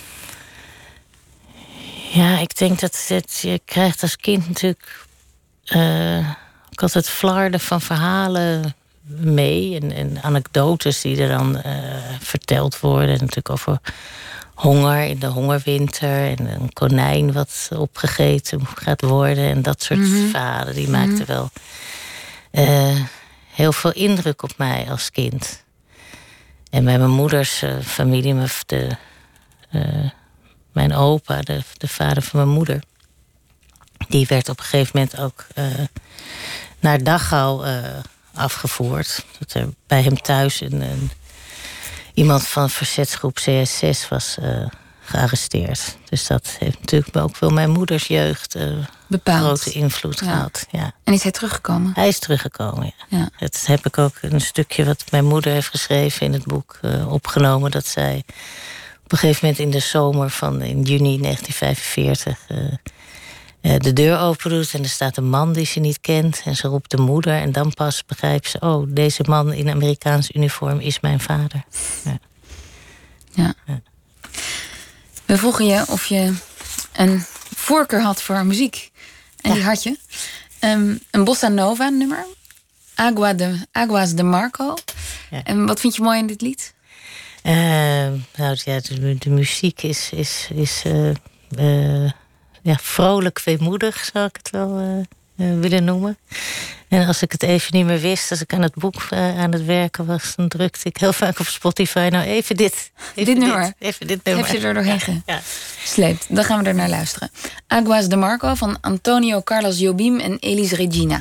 S3: Ja, ik denk dat het, je krijgt als kind natuurlijk... Uh, ook altijd flarden van verhalen mee. En, en anekdotes die er dan uh, verteld worden. En natuurlijk over honger in de hongerwinter. En een konijn wat opgegeten gaat worden. En dat soort mm-hmm. verhalen. Die mm-hmm. maakten wel uh, heel veel indruk op mij als kind. En bij mijn moeders uh, familie... De, uh, mijn opa, de, de vader van mijn moeder... die werd op een gegeven moment ook uh, naar Dachau uh, afgevoerd. Dat er bij hem thuis een, een, iemand van verzetsgroep C S zes was uh, gearresteerd. Dus dat heeft natuurlijk ook wel mijn moeders jeugd uh, grote invloed ja. gehad. Ja.
S2: En is hij teruggekomen?
S3: Hij is teruggekomen, ja. ja. Dat heb ik ook een stukje wat mijn moeder heeft geschreven in het boek uh, opgenomen. Dat zij op een gegeven moment in de zomer van in juni negentien vijfenveertig... Uh, uh, de deur open doet en er staat een man die ze niet kent. En ze roept de moeder en dan pas begrijpt ze... oh, deze man in Amerikaans uniform is mijn vader. Ja.
S2: Ja. ja. We vroegen je of je een voorkeur had voor muziek. En ja. die had je. Um, een bossa nova nummer. Agua de, Aguas de Marco. Ja. En wat vind je mooi in dit lied?
S3: Uh, nou ja, de, de muziek is, is, is uh, uh, ja, vrolijk, weemoedig, zou ik het wel uh, uh, willen noemen. En als ik het even niet meer wist, als ik aan het boek uh, aan het werken was, dan drukte ik heel vaak op Spotify. Nou, even dit. Even
S2: dit nummer.
S3: Dit, even dit nummer.
S2: Heb je er doorheen ja. gesleept? Dan gaan we er naar luisteren. Aguas de Marco van Antonio Carlos Jobim en Elis Regina.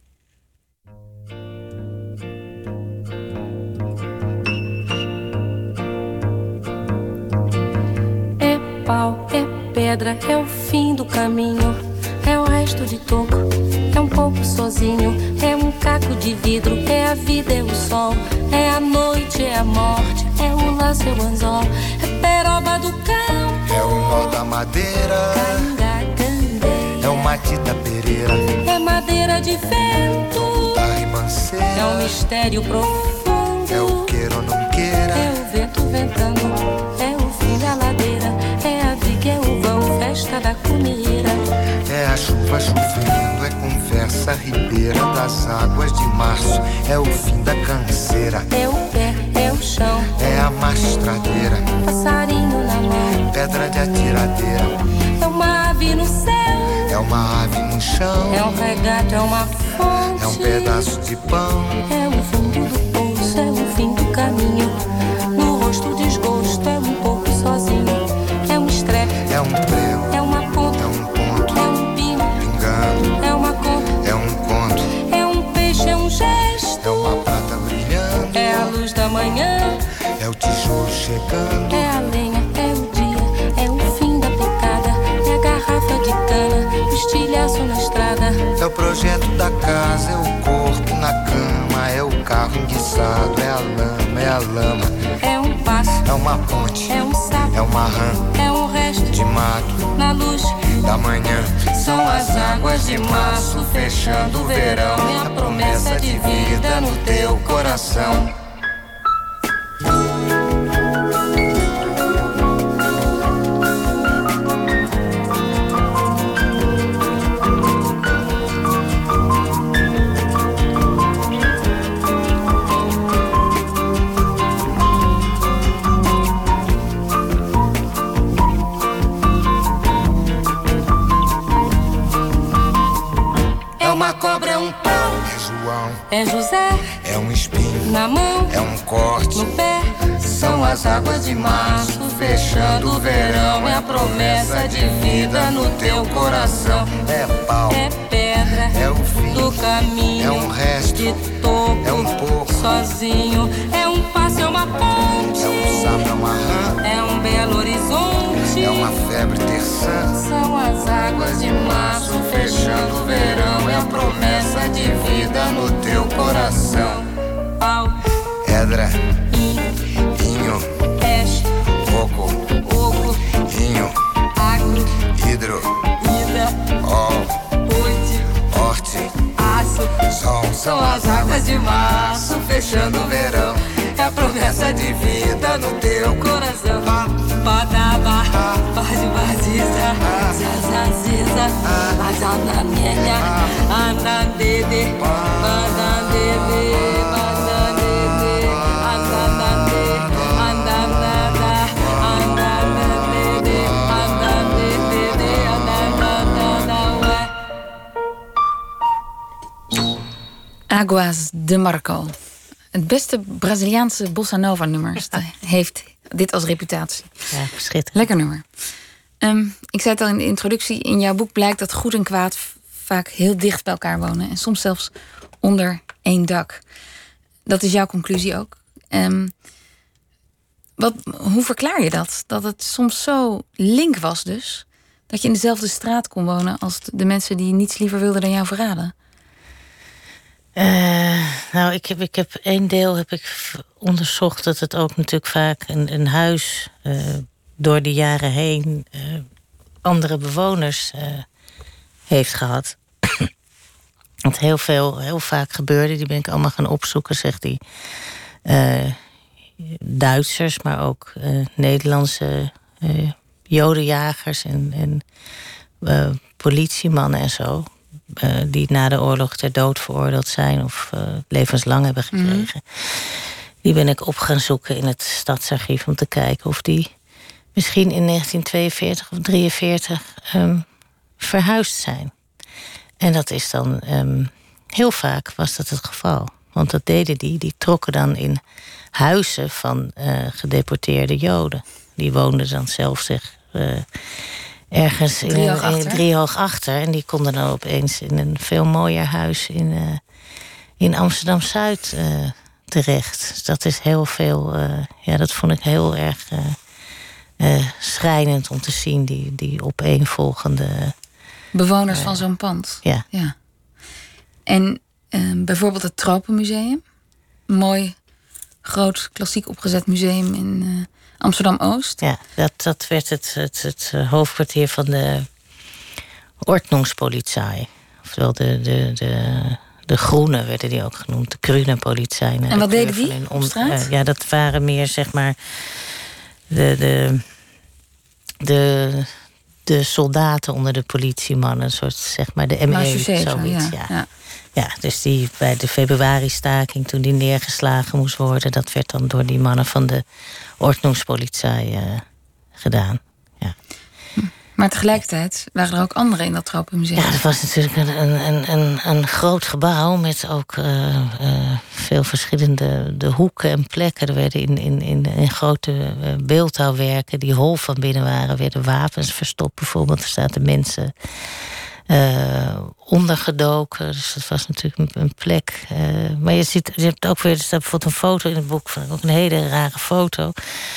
S1: É pau, é pedra, é o fim do caminho. É o resto de toco, é um pouco sozinho. É um caco de vidro, é a vida, é o sol. É a noite, é a morte, é o laço, é o anzol. É peroba do campo,
S4: é o nó da madeira. É o Matita Pereira,
S1: é madeira de vento.
S4: Da ribanceira,
S1: é um mistério profundo.
S4: É o queira ou não queira,
S1: é o vento ventando. É o fim da ladeira, é a viga, é o vão, festa da comida.
S4: É a chuva chovendo, é conversa ribeira das águas de março. É o fim da canseira,
S1: é o pé, é o chão.
S4: É a mastradeira,
S1: passarinho na mão.
S4: Pedra de atiradeira,
S1: é uma ave no céu.
S4: É uma ave no chão.
S1: É um regato, é uma fonte.
S4: É um pedaço de pão.
S1: É o fundo do poço, é o fim do caminho. No rosto o desgosto, é um pouco sozinho. É um estrepe,
S4: é um prego.
S1: É uma ponta,
S4: é um ponto.
S1: É um pino,
S4: pingando.
S1: É uma conta,
S4: é um conto.
S1: É um peixe, é um gesto.
S4: É uma prata brilhando.
S1: É a luz da manhã.
S4: É o tijolo chegando.
S1: É a lenha, é o dia. É o fim da picada. É a garrafa de cana. O estilhaço na estrada.
S4: É o projeto da casa. É o corpo na cama. É o carro enguiçado. É a lama, é a lama.
S1: É um passo.
S4: É uma ponte.
S1: É um sapo.
S4: É uma rã.
S1: É um resto
S4: de mato.
S1: Na luz
S4: da manhã.
S1: São as águas de março fechando o verão. É a promessa de vida no teu coração. Cobra é um pau,
S4: é João,
S1: é José,
S4: é um espinho
S1: na mão,
S4: é um corte
S1: no pé.
S4: São as águas de março fechando o verão. É a promessa de vida no teu coração. É pau,
S1: é pedra,
S4: é o fim
S1: do caminho.
S4: É um resto
S1: de toco,
S4: é um pouco
S1: sozinho. É um passo, é uma ponte.
S4: É um sapo, é uma rã.
S1: É um belo horizonte.
S4: É uma febre terçã.
S1: São as águas de março fechando o verão. É a promessa de vida no teu coração. Pau,
S4: pedra,
S1: inho, peixe,
S4: coco,
S1: oco,
S4: inho,
S1: agro,
S4: hidro,
S1: ida,
S4: ol,
S1: oite,
S4: horte,
S1: aço,
S4: sol.
S1: São as águas de março fechando o verão. É a promessa de vida no teu coração. Badaba, bade badiza, zazaziza, azanamenya, anandede, banandede, banandede, anandade, andanada, anandede, anandede, anandada, ué.
S2: Aguas de Marco. Het beste Braziliaanse bossa nova nummer heeft dit als reputatie.
S3: Ja, schitterend.
S2: Lekker nummer. Um, ik zei het al in de introductie. In jouw boek blijkt dat goed en kwaad vaak heel dicht bij elkaar wonen. En soms zelfs onder één dak. Dat is jouw conclusie ook. Um, wat, hoe verklaar je dat? Dat het soms zo link was dus. Dat je in dezelfde straat kon wonen als de mensen die niets liever wilden dan jou verraden.
S3: Uh, nou, ik heb, ik heb één deel heb ik onderzocht dat het ook natuurlijk vaak een, een huis uh, door de jaren heen uh, andere bewoners uh, heeft gehad. Wat heel veel, heel vaak gebeurde, die ben ik allemaal gaan opzoeken, zegt die uh, Duitsers, maar ook uh, Nederlandse uh, jodenjagers en, en uh, politiemannen en zo. Uh, die na de oorlog ter dood veroordeeld zijn of uh, levenslang hebben gekregen. Mm-hmm. Die ben ik op gaan zoeken in het stadsarchief om te kijken of die misschien in negentien tweeënveertig of drieënveertig um, verhuisd zijn. En dat is dan... Um, heel vaak was dat het geval. Want dat deden die. Die trokken dan in huizen van uh, gedeporteerde Joden. Die woonden dan zelf zich... Uh, ergens in
S2: driehoog
S3: een, in
S2: achter.
S3: driehoog achter. En die konden dan opeens in een veel mooier huis in, uh, in Amsterdam-Zuid uh, terecht. Dus dat is heel veel... Uh, ja, dat vond ik heel erg uh, uh, schrijnend om te zien. Die, die opeenvolgende...
S2: Bewoners
S3: uh,
S2: van zo'n pand.
S3: Ja.
S2: ja. En uh, bijvoorbeeld het Tropenmuseum. Een mooi, groot, klassiek opgezet museum in... Uh, Amsterdam-Oost.
S3: Ja, dat, dat werd het, het, het hoofdkwartier van de Ordnungspolizei. Oftewel de, de, de, de groenen werden die ook genoemd. De groene politie.
S2: En wat deden die
S3: on,
S2: op straat?
S3: Uh, ja, dat waren meer zeg maar de, de, de, de soldaten onder de politiemannen. Een soort zeg maar de M E, zoiets. Ja. Ja.
S2: Ja.
S3: ja, dus die bij de februari-staking, toen die neergeslagen moest worden, dat werd dan door die mannen van de Ordnungspolizei uh, gedaan. Ja.
S2: Maar tegelijkertijd waren er ook anderen in dat Tropenmuseum.
S3: Ja, dat was natuurlijk een, een, een, een groot gebouw met ook uh, uh, veel verschillende de hoeken en plekken. Er werden in, in, in, in grote uh, beeldhouwwerken die hol van binnen waren, werden wapens verstopt bijvoorbeeld. Er zaten mensen uh, ondergedoken. Dus dat was natuurlijk een, een plek. Uh, maar je ziet, je hebt ook weer, er staat bijvoorbeeld een foto in het boek, van ook een hele rare foto.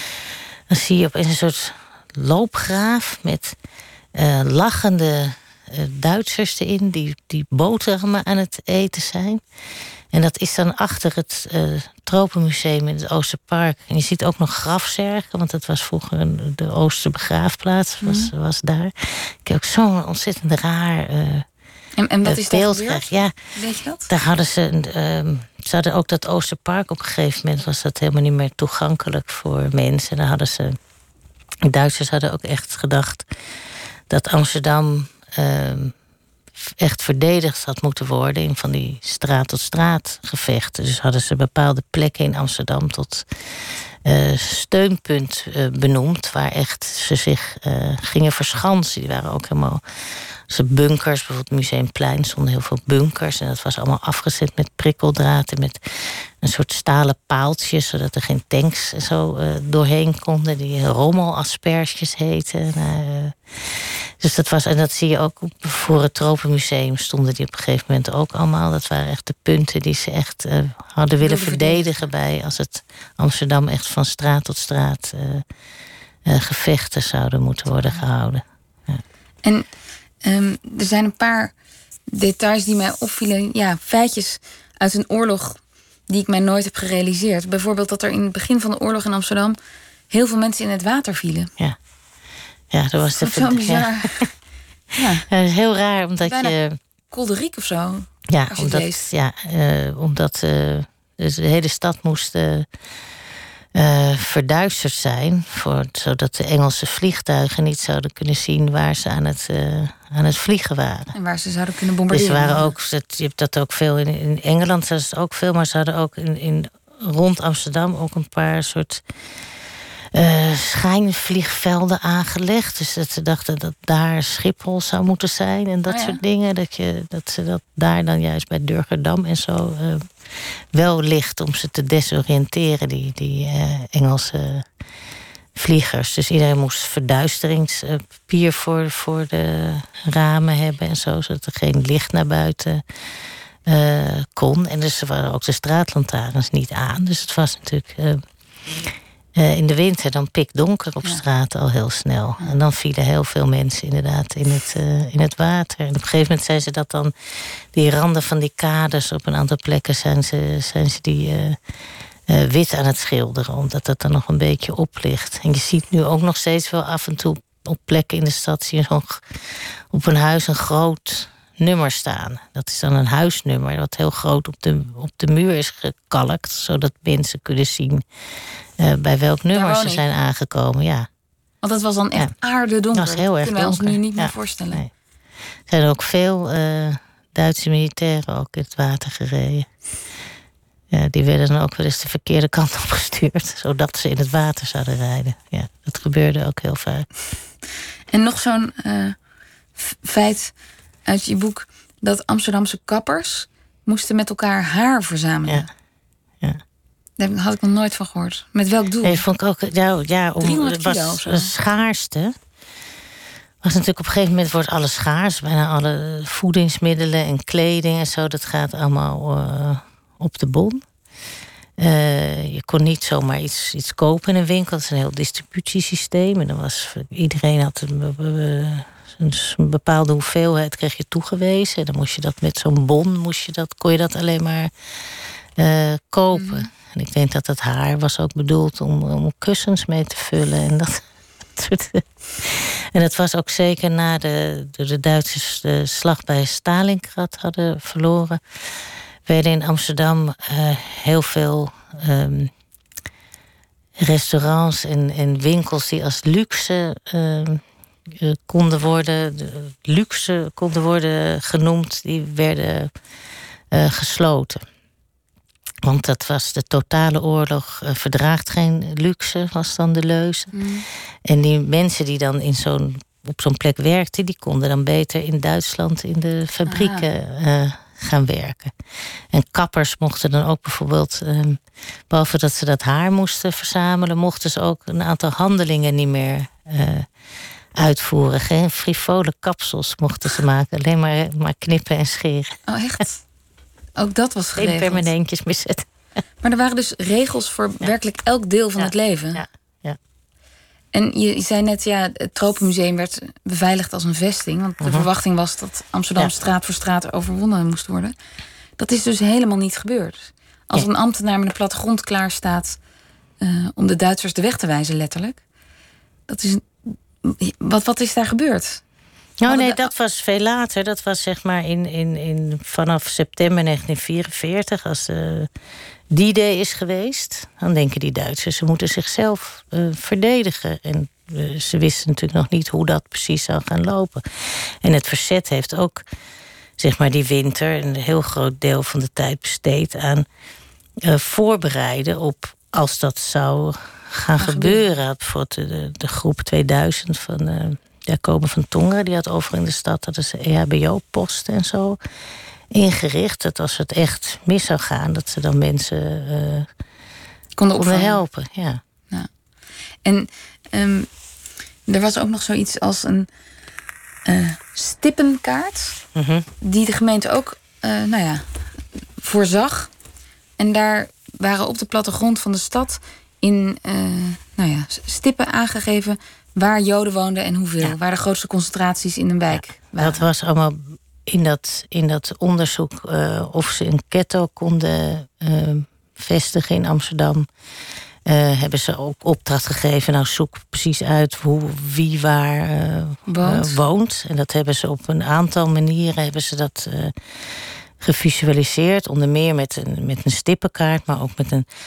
S3: Dan zie je opeens een soort loopgraaf met uh, lachende uh, Duitsers erin die, die boterhammen aan het eten zijn. En dat is dan achter het uh, Tropenmuseum in het Oosterpark. En je ziet ook nog grafzerken, want dat was vroeger een, de Oosterbegraafplaats was, mm. was daar. Ik heb ook zo'n ontzettend raar uh,
S2: en, en wat is daar gebeurd?
S3: Ja,
S2: weet je dat?
S3: Daar hadden ze, uh, ze hadden ook dat Oosterpark op een gegeven moment was dat helemaal niet meer toegankelijk voor mensen. En dan hadden ze De Duitsers hadden ook echt gedacht dat Amsterdam uh, echt verdedigd had moeten worden in van die straat-tot-straat gevechten. Dus hadden ze bepaalde plekken in Amsterdam tot uh, steunpunt uh, benoemd, waar echt ze zich uh, gingen verschansen. Die waren ook helemaal... Dus bunkers, bijvoorbeeld Museumplein, stonden heel veel bunkers. En dat was allemaal afgezet met prikkeldraad en met een soort stalen paaltjes, zodat er geen tanks en zo uh, doorheen konden. Die rommelasperges heten. Uh, dus dat was, en dat zie je ook voor het Tropenmuseum stonden die op een gegeven moment ook allemaal. Dat waren echt de punten die ze echt uh, hadden willen verdedigen bij als het Amsterdam echt van straat tot straat uh, uh, gevechten zouden moeten worden gehouden. Ja.
S2: En Um, er zijn een paar details die mij opvielen. Ja, feitjes uit een oorlog die ik mij nooit heb gerealiseerd. Bijvoorbeeld dat er in het begin van de oorlog in Amsterdam heel veel mensen in het water vielen.
S3: Ja, ja dat was
S2: dat zo bizar. Ja.
S3: Ja. Ja, dat is heel raar, omdat
S2: bijna
S3: je...
S2: kolderiek of zo.
S3: Ja, omdat, ja uh, omdat uh, dus de hele stad moest uh, uh, verduisterd zijn, voor, zodat de Engelse vliegtuigen niet zouden kunnen zien waar ze aan het, uh, aan het vliegen waren.
S2: En waar ze zouden kunnen bombarderen.
S3: Dus ze waren ook, je hebt dat ook veel in, in Engeland, dat is het ook veel, maar ze hadden ook in, in rond Amsterdam ook een paar soort uh, schijnvliegvelden aangelegd. Dus dat ze dachten dat daar Schiphol zou moeten zijn en dat
S2: oh ja.
S3: soort dingen. Dat, je, dat ze dat daar dan juist bij Durgerdam en zo uh, wel ligt om ze te desoriënteren, die, die uh, Engelse vliegers. Dus iedereen moest verduisteringspapier voor, voor de ramen hebben en zo, zodat er geen licht naar buiten uh, kon. En dus er waren ook de straatlantaarns niet aan. Dus het was natuurlijk uh, uh, in de winter dan pikdonker op straat al heel snel. Ja. En dan vielen heel veel mensen inderdaad in het, uh, in het water. En op een gegeven moment zijn ze dat dan, die randen van die kades op een aantal plekken zijn ze, zijn ze die Uh, Uh, wit aan het schilderen, omdat dat dan nog een beetje oplicht. En je ziet nu ook nog steeds wel af en toe op plekken in de stad zie je nog op een huis een groot nummer staan. Dat is dan een huisnummer wat heel groot op de, op de muur is gekalkt, zodat mensen kunnen zien uh, bij welk nummer ze zijn aangekomen. Ja.
S2: Want dat was dan echt ja. aardedonker.
S3: Dat was heel
S2: dat
S3: erg
S2: kunnen wij
S3: donker.
S2: ons nu niet
S3: ja.
S2: meer voorstellen.
S3: Nee. Er zijn ook veel uh, Duitse militairen ook in het water gereden. Ja, die werden dan ook wel eens de verkeerde kant op gestuurd, zodat ze in het water zouden rijden. Ja, dat gebeurde ook heel vaak.
S2: En nog zo'n uh, feit uit je boek, dat Amsterdamse kappers moesten met elkaar haar verzamelen.
S3: Ja. Ja.
S2: Daar had ik nog nooit van gehoord. Met welk doel?
S3: Nee, vond ik ook, ja, ja, om,
S2: driehonderd kilo
S3: was
S2: of zo.
S3: een schaarste. Was natuurlijk op een gegeven moment wordt alles schaars. Bijna alle voedingsmiddelen en kleding en zo. Dat gaat allemaal uh, op de bon. Uh, je kon niet zomaar iets, iets kopen in een winkel. Dat is een heel distributiesysteem. En dan was, iedereen had een, een, een bepaalde hoeveelheid kreeg je toegewezen. En dan moest je dat met zo'n bon, moest je dat, kon je dat alleen maar uh, kopen. Mm. En ik denk dat dat haar was ook bedoeld om, om kussens mee te vullen. En dat, en dat was ook zeker na de, de, de Duitsers de slag bij Stalingrad hadden verloren. Werden in Amsterdam uh, heel veel um, restaurants en, en winkels die als luxe uh, uh, konden worden, de, luxe konden worden genoemd, die werden uh, gesloten. Want dat was de totale oorlog, uh, verdraagt geen luxe, was dan de leuze. Mm. En die mensen die dan in zo'n, op zo'n plek werkten, die konden dan beter in Duitsland in de fabrieken uh, gaan werken. En kappers mochten dan ook bijvoorbeeld, um, behalve dat ze dat haar moesten verzamelen, mochten ze ook een aantal handelingen niet meer uh, uitvoeren. Geen frivole kapsels mochten ze maken, alleen maar, maar knippen en scheren.
S2: Oh, echt? Ook dat was geregeld?
S3: Geen permanentjes meer zetten.
S2: Maar er waren dus regels voor ja. werkelijk elk deel van
S3: ja.
S2: het leven?
S3: Ja. ja.
S2: En je, je zei net, ja, het Tropenmuseum werd beveiligd als een vesting. Want de uh-huh. verwachting was dat Amsterdam ja. straat voor straat overwonnen moest worden. Dat is dus helemaal niet gebeurd. Als ja. een ambtenaar met een plattegrond klaar staat uh, om de Duitsers de weg te wijzen, letterlijk. Dat is, wat, wat is daar gebeurd?
S3: Nou nee, dat was veel later. Dat was zeg maar in, in, in, vanaf september negentien vierenveertig, als de D-Day is geweest. Dan denken die Duitsers, ze moeten zichzelf uh, verdedigen. En uh, ze wisten natuurlijk nog niet hoe dat precies zou gaan lopen. En het verzet heeft ook, zeg maar, die winter een heel groot deel van de tijd besteed aan uh, voorbereiden op als dat zou gaan gebeuren. gebeuren. Bijvoorbeeld de, de groep tweeduizend van Uh, Jacoben van Tongeren, die had over in de stad, dat is E H B O-posten en zo ingericht. Dat als het echt mis zou gaan, dat ze dan mensen uh, konden, konden helpen. Ja.
S2: Ja. En um, er was ook nog zoiets als een uh, stippenkaart, mm-hmm. die de gemeente ook uh, nou ja, voorzag. En daar waren op de plattegrond van de stad in uh, nou ja, stippen aangegeven waar Joden woonden en hoeveel. Ja. Waar de grootste concentraties in een wijk
S3: ja,
S2: waren.
S3: Dat was allemaal in dat, in dat onderzoek uh, of ze een ghetto konden uh, vestigen in Amsterdam. Uh, hebben ze ook opdracht gegeven. Nou, zoek precies uit hoe, wie waar uh, woont. Uh, woont. En dat hebben ze op een aantal manieren hebben ze dat uh, gevisualiseerd. Onder meer met een, met een stippenkaart, maar ook met een.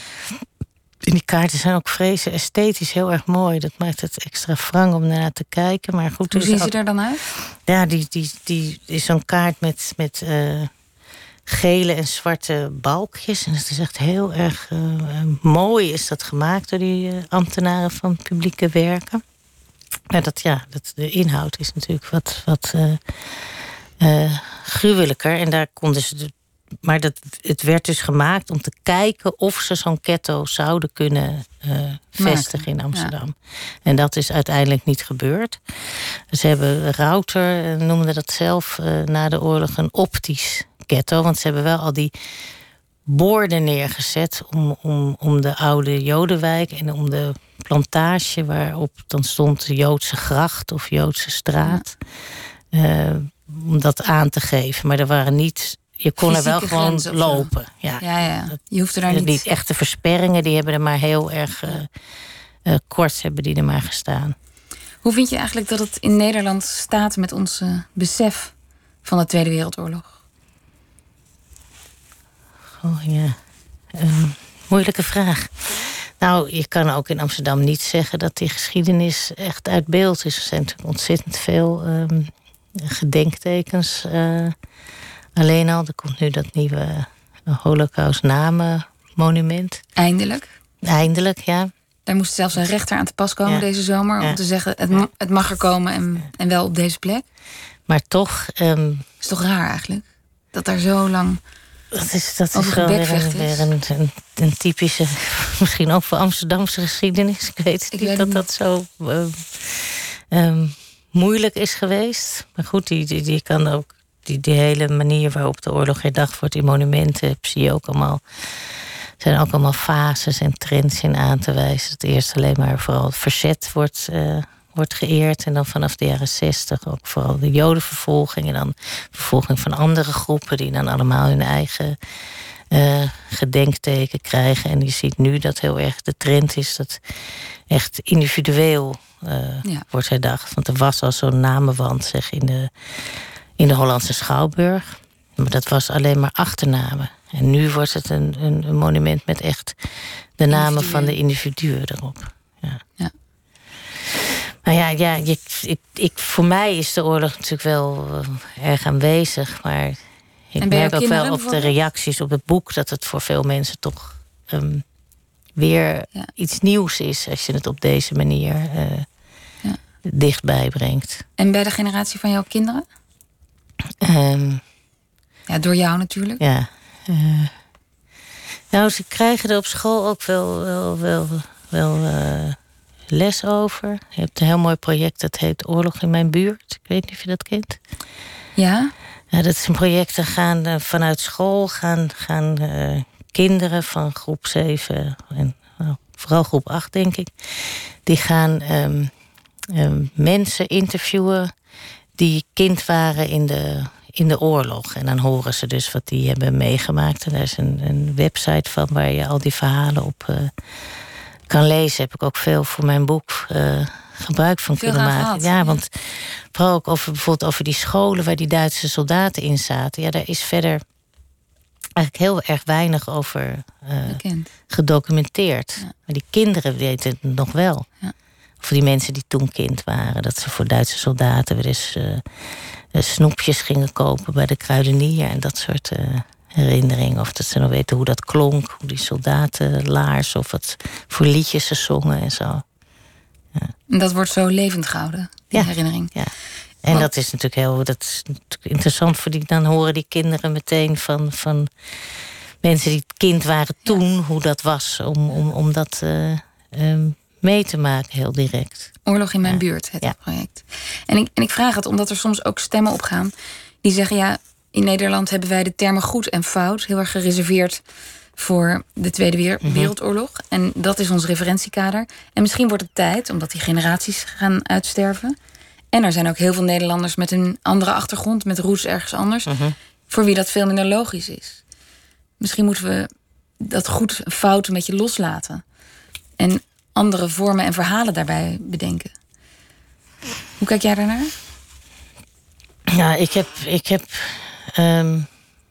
S3: En die kaarten zijn ook vreselijk esthetisch heel erg mooi. Dat maakt het extra wrang om naar te kijken. Maar goed,
S2: hoe zien ze
S3: ook,
S2: er dan uit?
S3: Ja, die, die, die is zo'n kaart met, met uh, gele en zwarte balkjes. En het is echt heel erg uh, mooi is dat gemaakt door die uh, ambtenaren van publieke werken. Maar dat, ja, dat, de inhoud is natuurlijk wat, wat uh, uh, gruwelijker. En daar konden ze. De, Maar dat, het werd dus gemaakt om te kijken of ze zo'n ghetto zouden kunnen uh, vestigen in Amsterdam. Ja. En dat is uiteindelijk niet gebeurd. Ze hebben Rauter, noemde dat zelf uh, na de oorlog, een optisch ghetto. Want ze hebben wel al die borden neergezet om, om, om de oude Jodenwijk en om de plantage waarop dan stond de Joodse gracht of Joodse straat. Ja. Uh, om dat aan te geven. Maar er waren niet. Je kon fysieke er wel gewoon lopen. Ja.
S2: Ja, ja. Je hoeft er daar niet.
S3: Die echte versperringen, die hebben er maar heel erg uh, uh, kort hebben die er maar gestaan.
S2: Hoe vind je eigenlijk dat het in Nederland staat met ons uh, besef van de Tweede Wereldoorlog?
S3: Oh ja, um, moeilijke vraag. Nou, je kan ook in Amsterdam niet zeggen dat die geschiedenis echt uit beeld is. Er zijn natuurlijk ontzettend veel um, gedenktekens. Uh, Alleen al, er komt nu dat nieuwe Holocaust-namenmonument.
S2: Eindelijk?
S3: Eindelijk, ja.
S2: Daar moest zelfs een rechter aan te pas komen ja. deze zomer. Ja. Om te zeggen, het, ma- het mag er komen en, en wel op deze plek.
S3: Maar toch. Um,
S2: is toch raar eigenlijk? Dat daar zo lang
S3: Dat is, dat is
S2: over
S3: wel weer,
S2: gebekvecht
S3: een, weer
S2: is.
S3: een, een, een typische, misschien ook voor Amsterdamse geschiedenis. Ik weet
S2: Ik
S3: niet
S2: weet
S3: dat
S2: niet.
S3: dat zo uh, um, moeilijk is geweest. Maar goed, die, die, die kan ook die, die hele manier waarop de oorlog herdacht wordt, die monumenten, zie je ook allemaal. Er zijn ook allemaal fases en trends in aan te wijzen. Het eerst alleen maar vooral het verzet wordt, uh, wordt geëerd. En dan vanaf de jaren zestig ook vooral de jodenvervolging. En dan vervolging van andere groepen die dan allemaal hun eigen uh, gedenkteken krijgen. En je ziet nu dat heel erg de trend is dat echt individueel uh, ja. wordt herdacht. Want er was al zo'n namenwand zeg, in de, in de Hollandse Schouwburg. Maar dat was alleen maar achternamen. En nu wordt het een, een, een monument met echt de namen van de individuen erop. Ja.
S2: Ja.
S3: Maar ja, ja je, ik, ik, voor mij is de oorlog natuurlijk wel uh, erg aanwezig. Maar ik merk ook wel op de reacties op het boek dat het voor veel mensen toch um, weer ja. iets nieuws is als je het op deze manier uh, ja. dichtbij brengt.
S2: En bij de generatie van jouw kinderen?
S3: Um,
S2: ja, door jou natuurlijk.
S3: Ja. Uh, nou, ze krijgen er op school ook wel, wel, wel, wel uh, les over. Je hebt een heel mooi project dat heet Oorlog in mijn buurt. Ik weet niet of je dat kent.
S2: Ja?
S3: Ja, dat is een project dat gaan uh, vanuit school gaan, gaan uh, kinderen van groep zeven en nou, vooral groep acht, denk ik. Die gaan um, um, mensen interviewen die kind waren in de, in de oorlog. En dan horen ze dus wat die hebben meegemaakt. En daar is een, een website van waar je al die verhalen op uh, kan lezen. Heb ik ook veel voor mijn boek uh, gebruik van veel kunnen maken. Gehad. Ja, want vooral ook over, bijvoorbeeld over die scholen waar die Duitse soldaten in zaten. Ja, daar is verder eigenlijk heel erg weinig over uh, gedocumenteerd. Ja. Maar die kinderen weten het nog wel. Ja. Voor die mensen die toen kind waren. Dat ze voor Duitse soldaten weer eens uh, snoepjes gingen kopen bij de kruidenier. En dat soort uh, herinneringen. Of dat ze nog weten hoe dat klonk. Hoe die soldaten laars. Of wat voor liedjes ze zongen en zo. Ja.
S2: En dat wordt zo levend gehouden, die
S3: ja.
S2: herinnering.
S3: Ja. En Want... dat is natuurlijk heel dat is natuurlijk interessant voor die. Dan horen die kinderen meteen van, van mensen die kind waren toen. Ja. Hoe dat was om, om, om dat uh, um, mee te maken, heel direct.
S2: Oorlog in mijn ja. buurt, het ja. project. En ik, en ik vraag het omdat er soms ook stemmen opgaan die zeggen, ja, in Nederland hebben wij de termen goed en fout heel erg gereserveerd voor de Tweede Wereldoorlog. Mm-hmm. En dat is ons referentiekader. En misschien wordt het tijd, omdat die generaties gaan uitsterven. En er zijn ook heel veel Nederlanders met een andere achtergrond, met roots ergens anders, mm-hmm. voor wie dat veel minder logisch is. Misschien moeten we dat goed en fout een beetje loslaten. En andere vormen en verhalen daarbij bedenken. Hoe kijk jij daarnaar?
S3: Ja, ik heb... Ik heb um,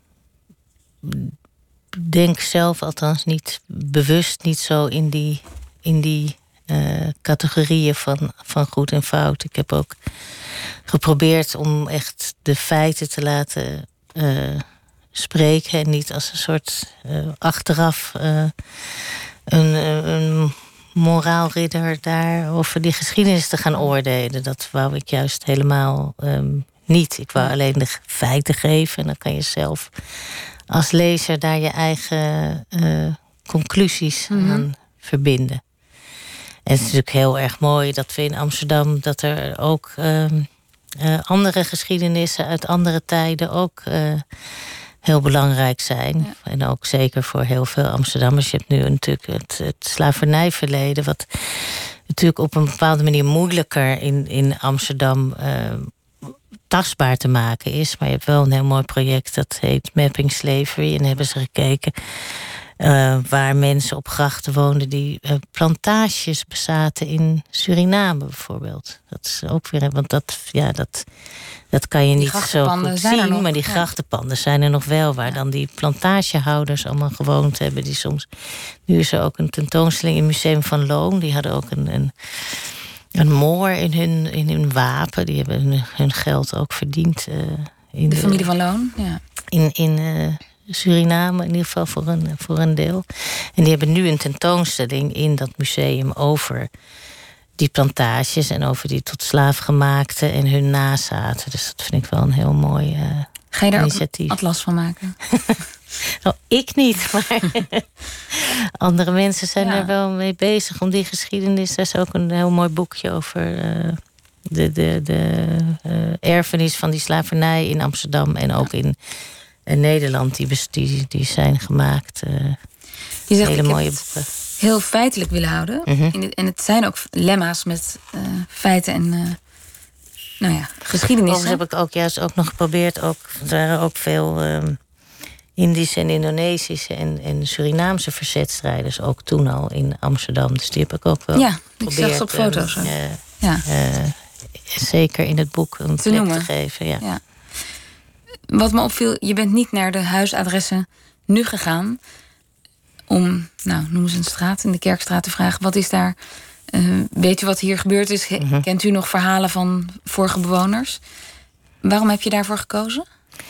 S3: denk zelf althans niet bewust niet zo in die, in die uh, categorieën van, van goed en fout. Ik heb ook geprobeerd om echt de feiten te laten uh, spreken en niet als een soort uh, achteraf uh, een, een moraalridder daar over die geschiedenis te gaan oordelen. Dat wou ik juist helemaal um, niet. Ik wou alleen de feiten geven en dan kan je zelf als lezer daar je eigen uh, conclusies mm-hmm. aan verbinden. En het is natuurlijk heel erg mooi dat we in Amsterdam dat er ook uh, uh, andere geschiedenissen uit andere tijden ook uh, heel belangrijk zijn. Ja. En ook zeker voor heel veel Amsterdammers. Je hebt nu natuurlijk het, het slavernijverleden, wat natuurlijk op een bepaalde manier moeilijker in, in Amsterdam uh, tastbaar te maken is. Maar je hebt wel een heel mooi project dat heet Mapping Slavery. En dan hebben ze gekeken uh, waar mensen op grachten woonden die uh, plantages bezaten in Suriname bijvoorbeeld. Dat is ook weer, want dat, ja, dat, dat kan je niet zo goed zien. Maar die grachtenpanden zijn er nog wel, waar ja. dan die plantagehouders allemaal gewoond hebben. Die soms, nu is er ook een tentoonstelling in het Museum van Loon. Die hadden ook een, een Een moor in hun, in hun wapen. Die hebben hun, hun geld ook verdiend. Uh, in
S2: de familie van Loon, ja.
S3: In, in uh, Suriname, in ieder geval voor een, voor een deel. En die hebben nu een tentoonstelling in dat museum over die plantages en over die tot slaafgemaakten en hun nazaten. Dus dat vind ik wel een heel mooi uh,
S2: Ga je daar
S3: initiatief.
S2: ook een atlas van maken?
S3: Nou, ik niet, maar andere mensen zijn
S2: Ja.
S3: er wel mee bezig om die geschiedenis. Er is ook een heel mooi boekje over uh, de, de, de uh, erfenis van die slavernij in Amsterdam en ook in, in Nederland. Die, die, die zijn gemaakt. Uh,
S2: Je zegt,
S3: hele
S2: ik
S3: mooie
S2: heb het
S3: boeken.
S2: heel feitelijk willen houden.
S3: Mm-hmm.
S2: In het, en het zijn ook lemma's met uh, feiten en uh, nou ja, geschiedenis.
S3: Overigens heb ik ook juist ook nog geprobeerd. Ook, er waren ook veel um, Indische en Indonesische en, en Surinaamse verzetstrijders. Ook toen al in Amsterdam. Dus die heb ik ook wel
S2: ja,
S3: geprobeerd.
S2: Ik zag ze op foto's.
S3: Um, uh,
S2: ja.
S3: uh, zeker in het boek een
S2: te
S3: plek
S2: noemen.
S3: te geven. Ja.
S2: Ja. Wat me opviel, je bent niet naar de huisadressen nu gegaan om, nou, noem eens een straat in de Kerkstraat te vragen. Wat is daar? Uh, weet u wat hier gebeurd is? Mm-hmm. Kent u nog verhalen van vorige bewoners? Waarom heb je daarvoor gekozen?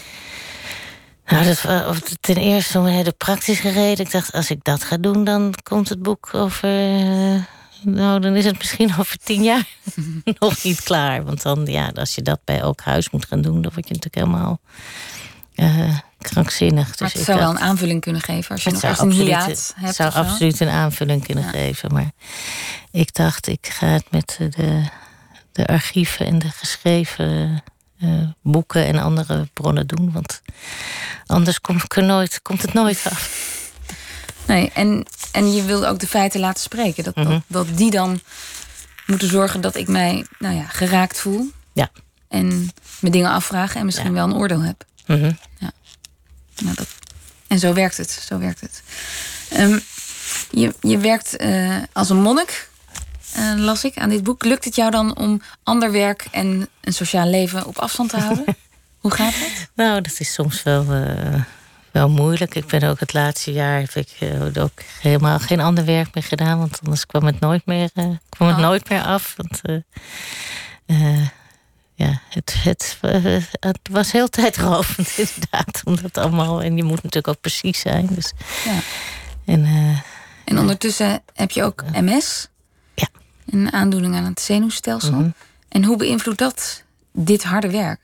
S3: Nou, dat was ten eerste om een hele praktische reden. Ik dacht, als ik dat ga doen, dan komt het boek over... Uh, nou, dan is het misschien over tien jaar nog niet klaar. Want dan, ja, als je dat bij elk huis moet gaan doen, dan word je natuurlijk helemaal uh, krankzinnig.
S2: Maar
S3: dus
S2: het zou
S3: dacht,
S2: wel een aanvulling kunnen geven als je nog
S3: echt
S2: een hiaat hebt.
S3: Het zou absoluut een aanvulling kunnen ja. geven. Maar ik dacht, ik ga het met de, de archieven en de geschreven uh, boeken en andere bronnen doen. Want anders kom ik er nooit, komt het nooit af.
S2: Nee, en, en je wilde ook de feiten laten spreken. Dat, mm-hmm. dat, dat die dan moeten zorgen dat ik mij nou ja, geraakt voel.
S3: Ja.
S2: En me dingen afvragen en misschien ja. wel een oordeel heb.
S3: Mm-hmm.
S2: Ja. Nou, dat, en zo werkt het. Zo werkt het. Um, je, je werkt uh, als een monnik, uh, las ik aan dit boek. Lukt het jou dan om ander werk en een sociaal leven op afstand te houden? Hoe gaat dat?
S3: Nou, dat is soms wel... Uh... Wel moeilijk. Ik ben ook het laatste jaar heb ik uh, ook helemaal geen ander werk meer gedaan, want anders kwam het nooit meer, uh, kwam het oh. nooit meer af. Want uh, uh, ja, het, het, uh, het was heel tijdrovend inderdaad, omdat allemaal en je moet natuurlijk ook precies zijn. Dus,
S2: ja.
S3: en, uh,
S2: en ondertussen heb je ook M S,
S3: ja,
S2: een aandoening aan het zenuwstelsel.
S3: Mm-hmm.
S2: En hoe beïnvloedt dat dit harde werk?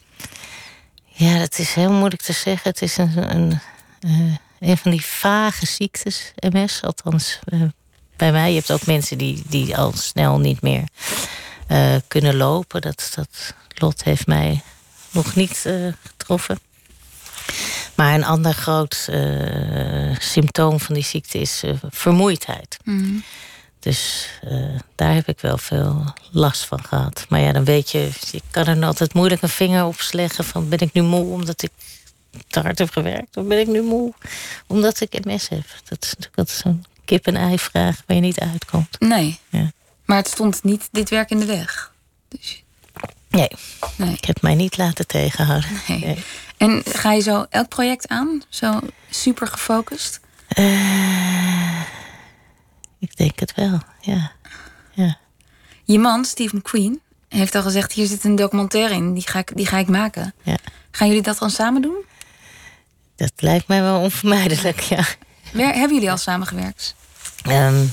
S3: Ja, dat is heel moeilijk te zeggen. Het is een, een, uh, een van die vage ziektes, M S. Althans, uh, bij mij. Je hebt ook mensen die, die al snel niet meer uh, kunnen lopen. Dat, dat lot heeft mij nog niet uh, getroffen. Maar een ander groot uh, symptoom van die ziekte is uh, vermoeidheid. Mm. Dus uh, daar heb ik wel veel last van gehad. Maar ja, dan weet je, je kan er altijd moeilijk een vinger op leggen van ben ik nu moe omdat ik te hard heb gewerkt? Of ben ik nu moe omdat ik M S heb? Dat is natuurlijk altijd zo'n kip-en-ei-vraag waar je niet uitkomt.
S2: Nee,
S3: ja.
S2: Maar het stond niet dit werk in de weg. Dus...
S3: Nee.
S2: nee,
S3: ik heb mij niet laten tegenhouden.
S2: Nee. Nee. En ga je zo elk project aan? Zo super gefocust?
S3: Uh... Ik denk het wel, ja. ja.
S2: Je man, Steve McQueen, heeft al gezegd... hier zit een documentaire in, die ga ik, die ga ik maken.
S3: Ja.
S2: Gaan jullie dat dan samen doen?
S3: Dat lijkt mij wel onvermijdelijk, ja.
S2: Wer, hebben jullie al samengewerkt?
S3: Um,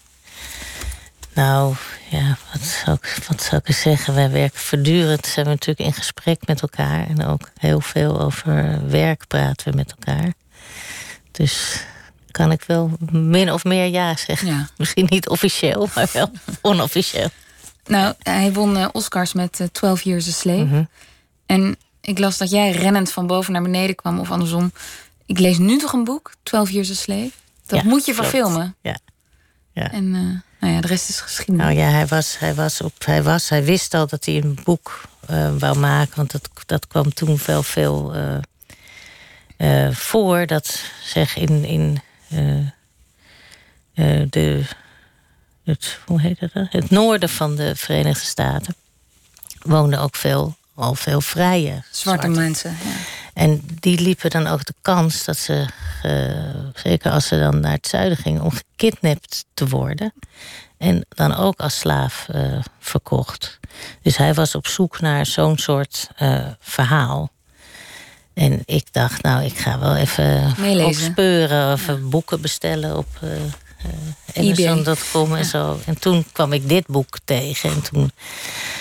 S3: nou, ja, wat zou, ik, wat zou ik zeggen? Wij werken voortdurend, zijn we natuurlijk in gesprek met elkaar. En ook heel veel over werk praten we met elkaar. Dus... kan ik wel min of meer ja zeggen. Ja. Misschien niet officieel, maar wel onofficieel.
S2: Nou, hij won uh, Oscars met uh, twaalf Years a Slave.
S3: Mm-hmm.
S2: En ik las dat jij rennend van boven naar beneden kwam, of andersom. Ik lees nu toch een boek, twaalf Years a Slave. Dat ja, moet je verfilmen.
S3: Ja. ja.
S2: En uh, nou ja, de rest is geschiedenis.
S3: Nou ja, hij was, hij was op, hij was, hij wist al dat hij een boek uh, wou maken, want dat, dat kwam toen wel veel uh, uh, voor. Dat zeg in in Uh, uh, de, het, hoe heet het, het noorden van de Verenigde Staten woonden ook veel, al veel vrije
S2: zwarte,
S3: zwarte
S2: mensen. Ja.
S3: En die liepen dan ook de kans dat ze, uh, zeker als ze dan naar het zuiden gingen, om gekidnapt te worden. En dan ook als slaaf uh, verkocht. Dus hij was op zoek naar zo'n soort uh, verhaal. En ik dacht, nou, ik ga wel even opspeuren of ja. boeken bestellen op uh, uh, Amazon punt com en ja. zo. En toen kwam ik dit boek tegen. En toen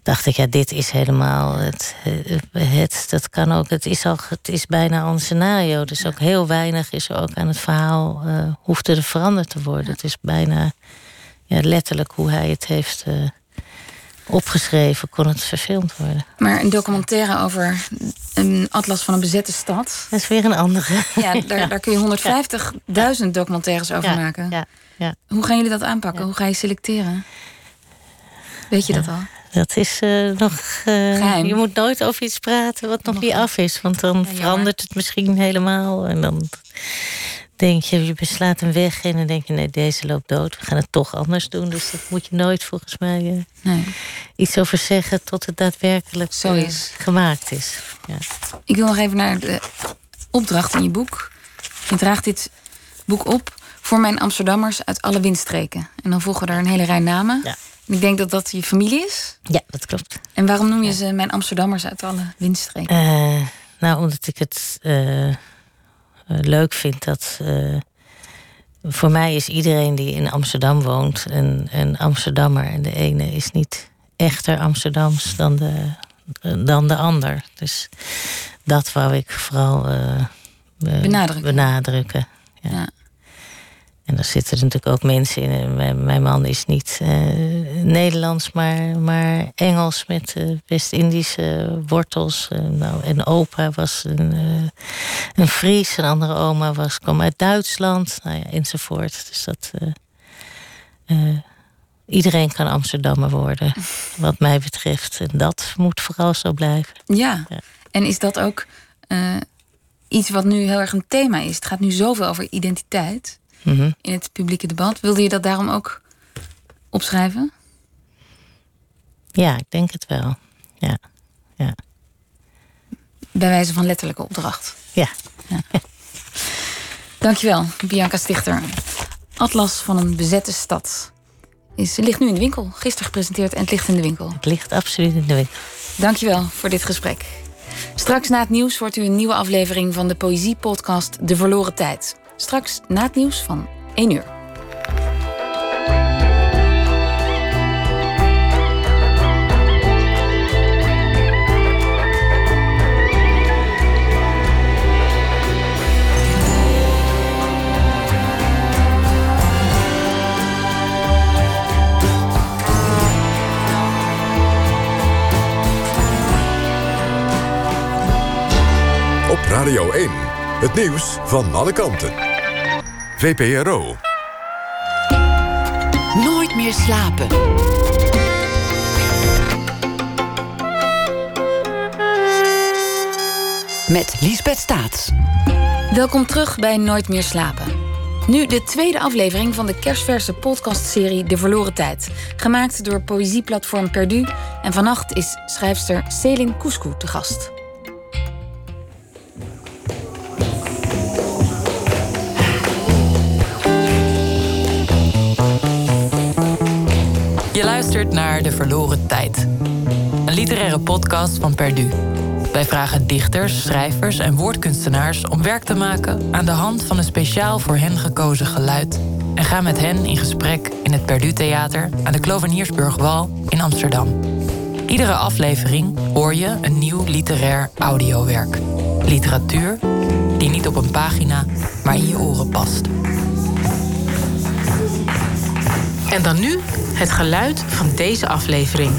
S3: dacht ik, ja, dit is helemaal het, het. Dat kan ook. Het is, al, het is bijna al een scenario. Dus ook heel weinig is er ook aan het verhaal. Uh, hoefde er veranderd te worden. Het is bijna ja, letterlijk hoe hij het heeft uh, opgeschreven, kon het verfilmd worden.
S2: Maar een documentaire over een atlas van een bezette stad.
S3: Dat is weer een andere.
S2: Ja, daar, ja. daar kun je honderdvijftigduizend ja. documentaires over
S3: ja,
S2: maken.
S3: Ja, ja.
S2: Hoe gaan jullie dat aanpakken? Ja. Hoe ga je selecteren? Weet je ja. dat al?
S3: Dat is uh, nog... Uh, je moet nooit over iets praten wat nog, nog niet af is. Want dan ja, verandert het misschien helemaal. En dan denk je, je beslaat een weg in en denk je, nee, deze loopt dood. We gaan het toch anders doen. Dus dat moet je nooit volgens mij uh, nee. iets over zeggen tot het daadwerkelijk
S2: Zo is.
S3: Uh, gemaakt is. Ja.
S2: Ik wil nog even naar de opdracht in je boek. Je draagt dit boek op voor mijn Amsterdammers uit alle windstreken. En dan volgen er een hele rij namen. Ja. Ik denk dat dat je familie is?
S3: Ja, dat klopt.
S2: En waarom noem je ze mijn Amsterdammers uit alle windstreken?
S3: Uh, nou, omdat ik het uh, uh, leuk vind dat... Uh, voor mij is iedereen die in Amsterdam woont een, een Amsterdammer. En de ene is niet echter Amsterdams dan de, uh, dan de ander. Dus dat wou ik vooral uh, uh, benadrukken. benadrukken. Ja. Ja. En daar zitten er natuurlijk ook mensen in. Mijn, mijn man is niet uh, Nederlands, maar, maar Engels met uh, West-Indische wortels. Uh, nou, en opa was een, uh, een Fries, een andere oma was, kwam uit Duitsland, nou ja, enzovoort. Dus dat uh, uh, iedereen kan Amsterdammer worden, wat mij betreft. En dat moet vooral zo blijven.
S2: Ja, ja. En is dat ook uh, iets wat nu heel erg een thema is? Het gaat nu zoveel over identiteit. Mm-hmm. In het publieke debat. Wilde je dat daarom ook opschrijven?
S3: Ja, ik denk het wel. Ja. Ja.
S2: Bij wijze van letterlijke opdracht.
S3: Ja.
S2: Ja. Dankjewel, Bianca Stichter. Atlas van een bezette stad. Is, ligt nu in de winkel. Gisteren gepresenteerd en het ligt in de winkel.
S3: Het ligt absoluut in de winkel.
S2: Dankjewel voor dit gesprek. Straks na het nieuws hoort u een nieuwe aflevering van de poëziepodcast De Verloren Tijd. Straks na het nieuws van één uur.
S5: Op Radio één, het nieuws van alle kanten. V P R O.
S6: Nooit meer slapen. Met Liesbeth Staats.
S2: Welkom terug bij Nooit meer slapen. Nu de tweede aflevering van de kerstverse podcastserie De Verloren Tijd. Gemaakt door poëzieplatform Perdu. En vannacht is schrijfster Céline Kouskou te gast.
S7: Je luistert naar De Verloren Tijd. Een literaire podcast van Perdu. Wij vragen dichters, schrijvers en woordkunstenaars om werk te maken aan de hand van een speciaal voor hen gekozen geluid en gaan met hen in gesprek in het Perdu Theater aan de Kloveniersburgwal in Amsterdam. Iedere aflevering hoor je een nieuw literair audiowerk. Literatuur die niet op een pagina, maar in je oren past.
S8: En dan nu het geluid van deze aflevering.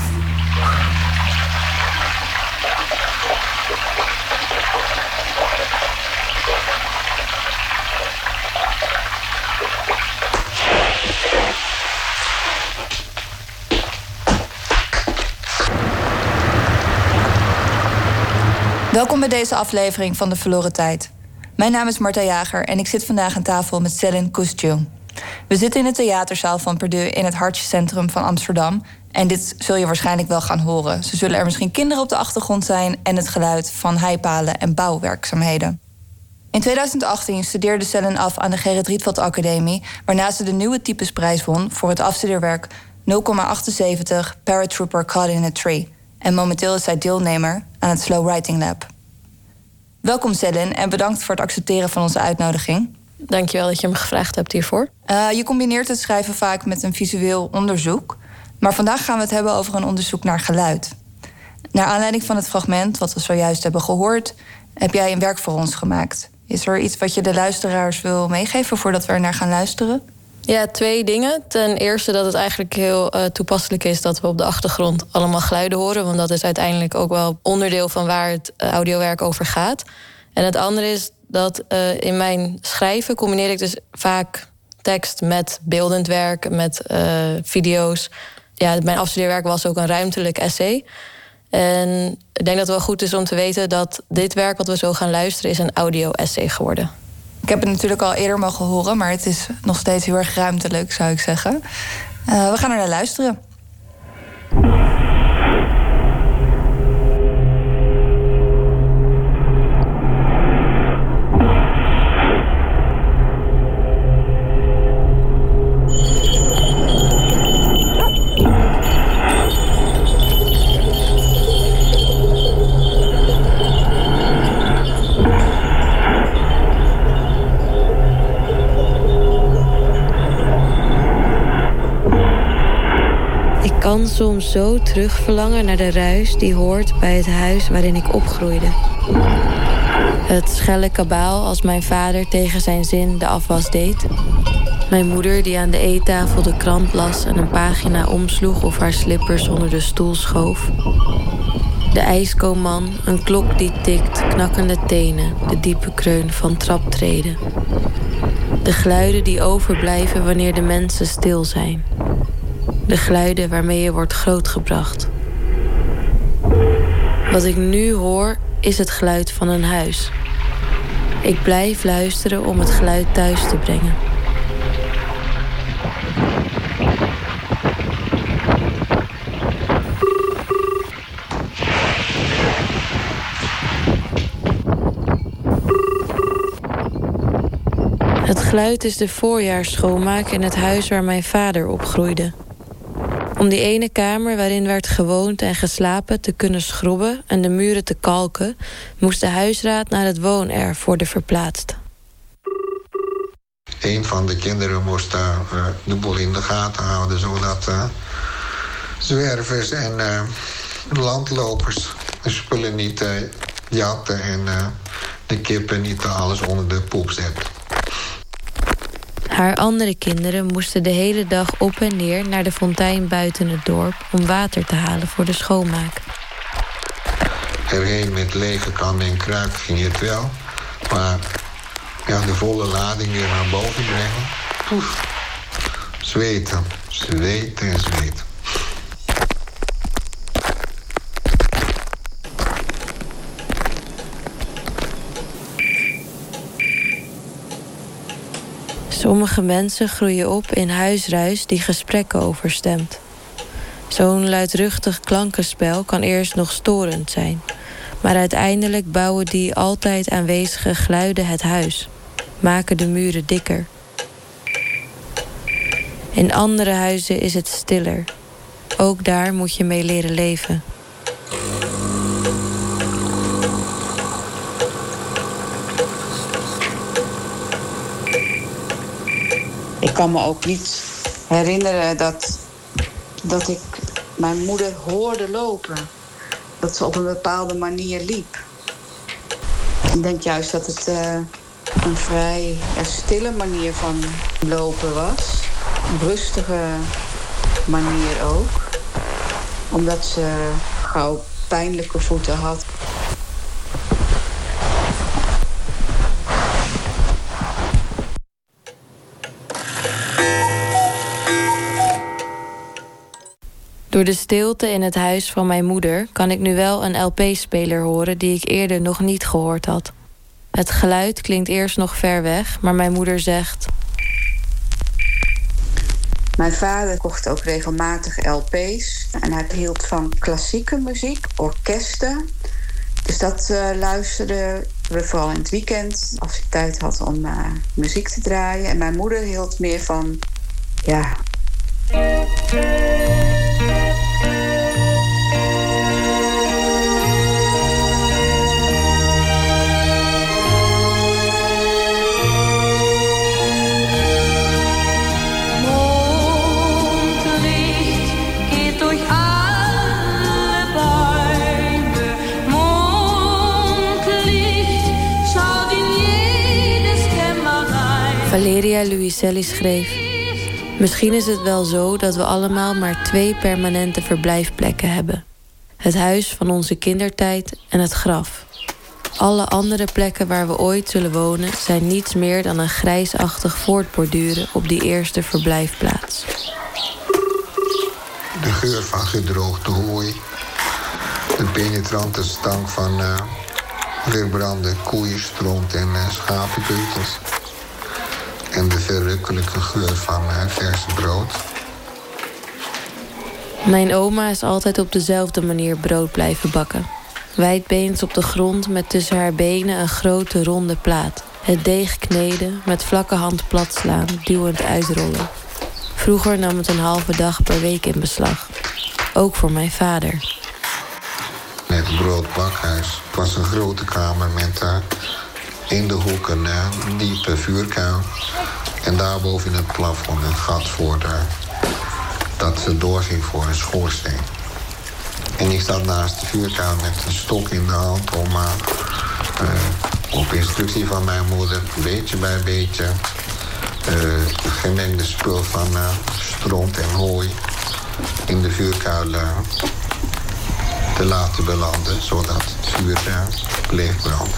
S9: Welkom bij deze aflevering van De Verloren Tijd. Mijn naam is Marta Jager en ik zit vandaag aan tafel met Céline Kouskou. We zitten in de theaterzaal van Perdu in het hartjecentrum van Amsterdam. En dit zul je waarschijnlijk wel gaan horen. Ze zullen er misschien kinderen op de achtergrond zijn en het geluid van heipalen en bouwwerkzaamheden. In tweeduizend achttien studeerde Céline af aan de Gerrit Rietveld Academie, waarna ze de nieuwe typesprijs won voor het afstudeerwerk nul komma achtenzeventig Paratrooper Caught in a Tree. En momenteel is zij deelnemer aan het Slow Writing Lab. Welkom Céline en bedankt voor het accepteren van onze uitnodiging.
S10: Dankjewel dat je me gevraagd hebt hiervoor.
S9: Uh, je combineert het schrijven vaak met een visueel onderzoek. Maar vandaag gaan we het hebben over een onderzoek naar geluid. Naar aanleiding van het fragment wat we zojuist hebben gehoord, heb jij een werk voor ons gemaakt. Is er iets wat je de luisteraars wil meegeven voordat we er naar gaan luisteren?
S10: Ja, twee dingen. Ten eerste dat het eigenlijk heel uh, toepasselijk is dat we op de achtergrond allemaal geluiden horen. Want dat is uiteindelijk ook wel onderdeel van waar het uh, audiowerk over gaat. En het andere is dat uh, in mijn schrijven combineer ik dus vaak tekst met beeldend werk, met uh, video's. Ja, mijn afstudeerwerk was ook een ruimtelijk essay. En ik denk dat het wel goed is om te weten dat dit werk wat we zo gaan luisteren is een audio-essay geworden.
S9: Ik heb het natuurlijk al eerder mogen horen, maar het is nog steeds heel erg ruimtelijk, zou ik zeggen. Uh, we gaan er naar luisteren.
S11: Ik kan soms zo terugverlangen naar de ruis die hoort bij het huis waarin ik opgroeide. Het schelle kabaal als mijn vader tegen zijn zin de afwas deed. Mijn moeder die aan de eettafel de krant las en een pagina omsloeg of haar slippers onder de stoel schoof. De ijskoman, een klok die tikt, knakkende tenen, de diepe kreun van traptreden. De geluiden die overblijven wanneer de mensen stil zijn. De geluiden waarmee je wordt grootgebracht. Wat ik nu hoor is het geluid van een huis. Ik blijf luisteren om het geluid thuis te brengen. Het geluid is de voorjaarsschoonmaak in het huis waar mijn vader opgroeide. Om die ene kamer waarin werd gewoond en geslapen te kunnen schrobben en de muren te kalken, moest de huisraad naar het woonerf worden verplaatst.
S12: Een van de kinderen moest uh, de boel in de gaten houden, zodat uh, zwervers en uh, landlopers de spullen niet uh, jatten en uh, de kippen niet alles onder de poep zetten.
S11: Haar andere kinderen moesten de hele dag op en neer naar de fontein buiten het dorp om water te halen voor de schoonmaak.
S12: Erheen met lege kan en kruik ging het wel, maar ja, de volle lading weer naar boven brengen. Poef. Zweten, zweten en zweten.
S11: Sommige mensen groeien op in huisruis die gesprekken overstemt. Zo'n luidruchtig klankenspel kan eerst nog storend zijn, maar uiteindelijk bouwen die altijd aanwezige geluiden het huis, maken de muren dikker. In andere huizen is het stiller. Ook daar moet je mee leren leven.
S13: Ik kan me ook niet herinneren dat, dat ik mijn moeder hoorde lopen. Dat ze op een bepaalde manier liep. Ik denk juist dat het uh, een vrij uh, stille manier van lopen was. Een rustige manier ook. Omdat ze gauw pijnlijke voeten had.
S11: Door de stilte in het huis van mijn moeder kan ik nu wel een L P-speler horen die ik eerder nog niet gehoord had. Het geluid klinkt eerst nog ver weg, maar mijn moeder zegt...
S13: Mijn vader kocht ook regelmatig L P's en hij hield van klassieke muziek, orkesten. Dus dat uh, luisterden we vooral in het weekend als ik tijd had om uh, muziek te draaien. En mijn moeder hield meer van, ja...
S1: Mondlicht
S11: Valeria Luiselli schreef: misschien is het wel zo dat we allemaal maar twee permanente verblijfplekken hebben. Het huis van onze kindertijd en het graf. Alle andere plekken waar we ooit zullen wonen zijn niets meer dan een grijsachtig voortborduren op die eerste verblijfplaats.
S12: De geur van gedroogde hooi. De penetrante stank van uh, verbrande koeienstront en uh, schapenkeutels. En de verrukkelijke geur van uh, vers brood.
S11: Mijn oma is altijd op dezelfde manier brood blijven bakken. Wijdbeens op de grond met tussen haar benen een grote ronde plaat. Het deeg kneden, met vlakke hand platslaan, duwend uitrollen. Vroeger nam het een halve dag per week in beslag. Ook voor mijn vader.
S12: Het broodbakhuis was een grote kamer met uh, in de hoek een uh, diepe vuurkuil. En daarboven in het plafond een gat voor de, dat ze doorging voor een schoorsteen. En ik zat naast de vuurkuil met een stok in de hand om uh, uh, op instructie van mijn moeder beetje bij beetje uh, gemengde spul van uh, stront en hooi in de vuurkuil uh, te laten belanden, zodat het vuur uh, bleef branden.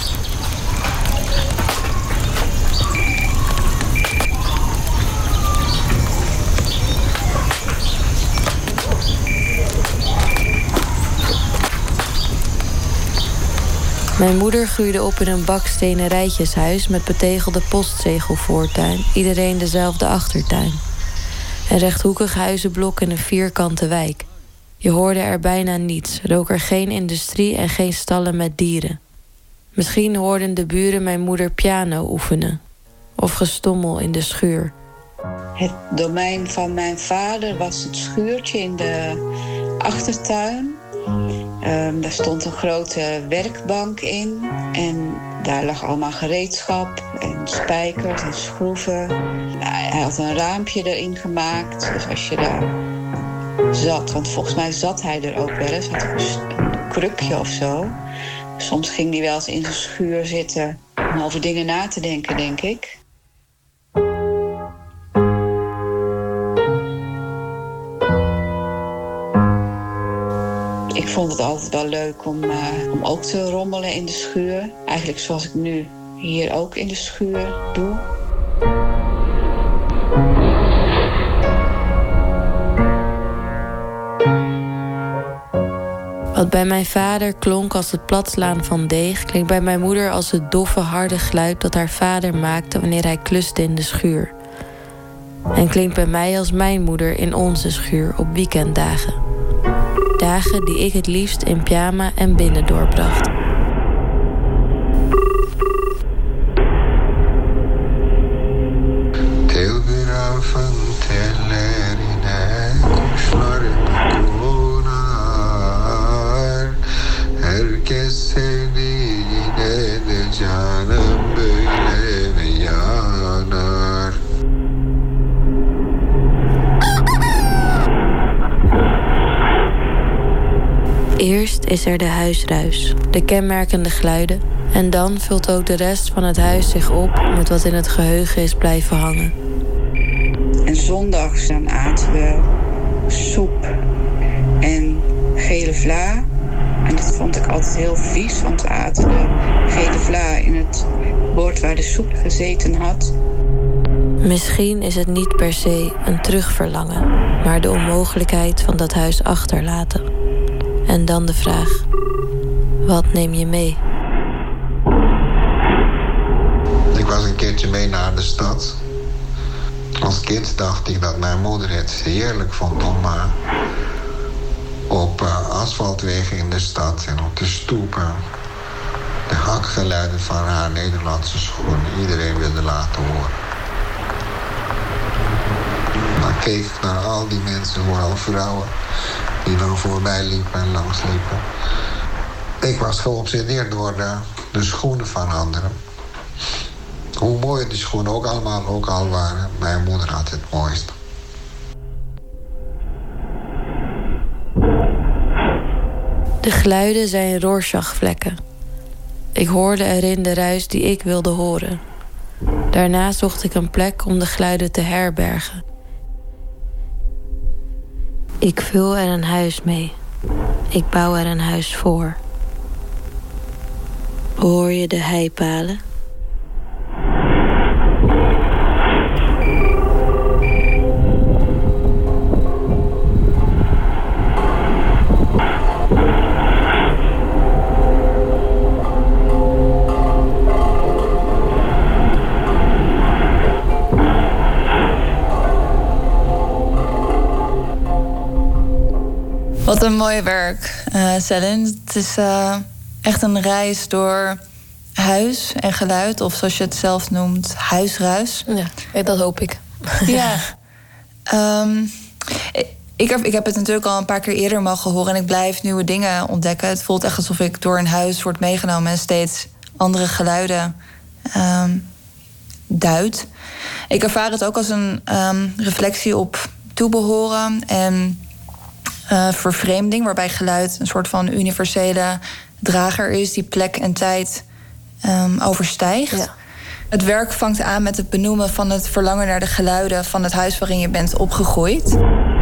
S11: Mijn moeder groeide op in een bakstenen rijtjeshuis met betegelde postzegelvoortuin, iedereen dezelfde achtertuin. Een rechthoekig huizenblok in een vierkante wijk. Je hoorde er bijna niets, rook er geen industrie en geen stallen met dieren. Misschien hoorden de buren mijn moeder piano oefenen. Of gestommel in de schuur.
S13: Het domein van mijn vader was het schuurtje in de achtertuin. Um, daar stond een grote werkbank in. En daar lag allemaal gereedschap en spijkers en schroeven. Nou, hij had een raampje erin gemaakt. Dus als je daar zat, want volgens mij zat hij er ook wel eens. Had ook een krukje of zo. Soms ging hij wel eens in zijn schuur zitten om over dingen na te denken, denk ik. Ik vond het altijd wel leuk om, uh, om ook te rommelen in de schuur. Eigenlijk zoals ik nu hier ook in de schuur doe.
S11: Wat bij mijn vader klonk als het platslaan van deeg, klinkt bij mijn moeder als het doffe, harde geluid dat haar vader maakte wanneer hij kluste in de schuur. En klinkt bij mij als mijn moeder in onze schuur op weekenddagen. Dagen die ik het liefst in pyjama en binnen doorbracht.
S12: Herkes sevdiğine de canım böyle mi yanar?
S11: Eerst is er de huisruis, de kenmerkende geluiden. En dan vult ook de rest van het huis zich op met wat in het geheugen is blijven hangen.
S13: En zondags dan aten we soep en gele vla. En dat vond ik altijd heel vies, want we aten de gele vla in het bord waar de soep gezeten had.
S11: Misschien is het niet per se een terugverlangen, maar de onmogelijkheid van dat huis achterlaten. En dan de vraag, wat neem je mee?
S12: Ik was een keertje mee naar de stad. Als kind dacht ik dat mijn moeder het heerlijk vond om uh, op uh, asfaltwegen in de stad en op de stoepen de hakgeluiden van haar Nederlandse schoenen iedereen wilde laten horen. Dan keek ik naar al die mensen, vooral vrouwen, die dan voorbij liepen en langs liepen. Ik was geobsedeerd door de, de schoenen van anderen. Hoe mooi die schoenen ook allemaal ook al waren, mijn moeder had het mooiste.
S11: De geluiden zijn Rorschachvlekken. Ik hoorde erin de ruis die ik wilde horen. Daarna zocht ik een plek om de geluiden te herbergen. Ik vul er een huis mee. Ik bouw er een huis voor. Hoor je de heipalen?
S9: Wat een mooi werk, uh, Céline. Het is uh, echt een reis door huis en geluid, of zoals je het zelf noemt, huisruis.
S10: Ja, dat hoop ik.
S9: Ja. um, ik, heb, ik heb het natuurlijk al een paar keer eerder mogen horen en ik blijf nieuwe dingen ontdekken. Het voelt echt alsof ik door een huis word meegenomen en steeds andere geluiden um, duid. Ik ervaar het ook als een um, reflectie op toebehoren en Uh, vervreemding, waarbij geluid een soort van universele drager is die plek en tijd um, overstijgt. Ja. Het werk vangt aan met het benoemen van het verlangen naar de geluiden van het huis waarin je bent opgegroeid.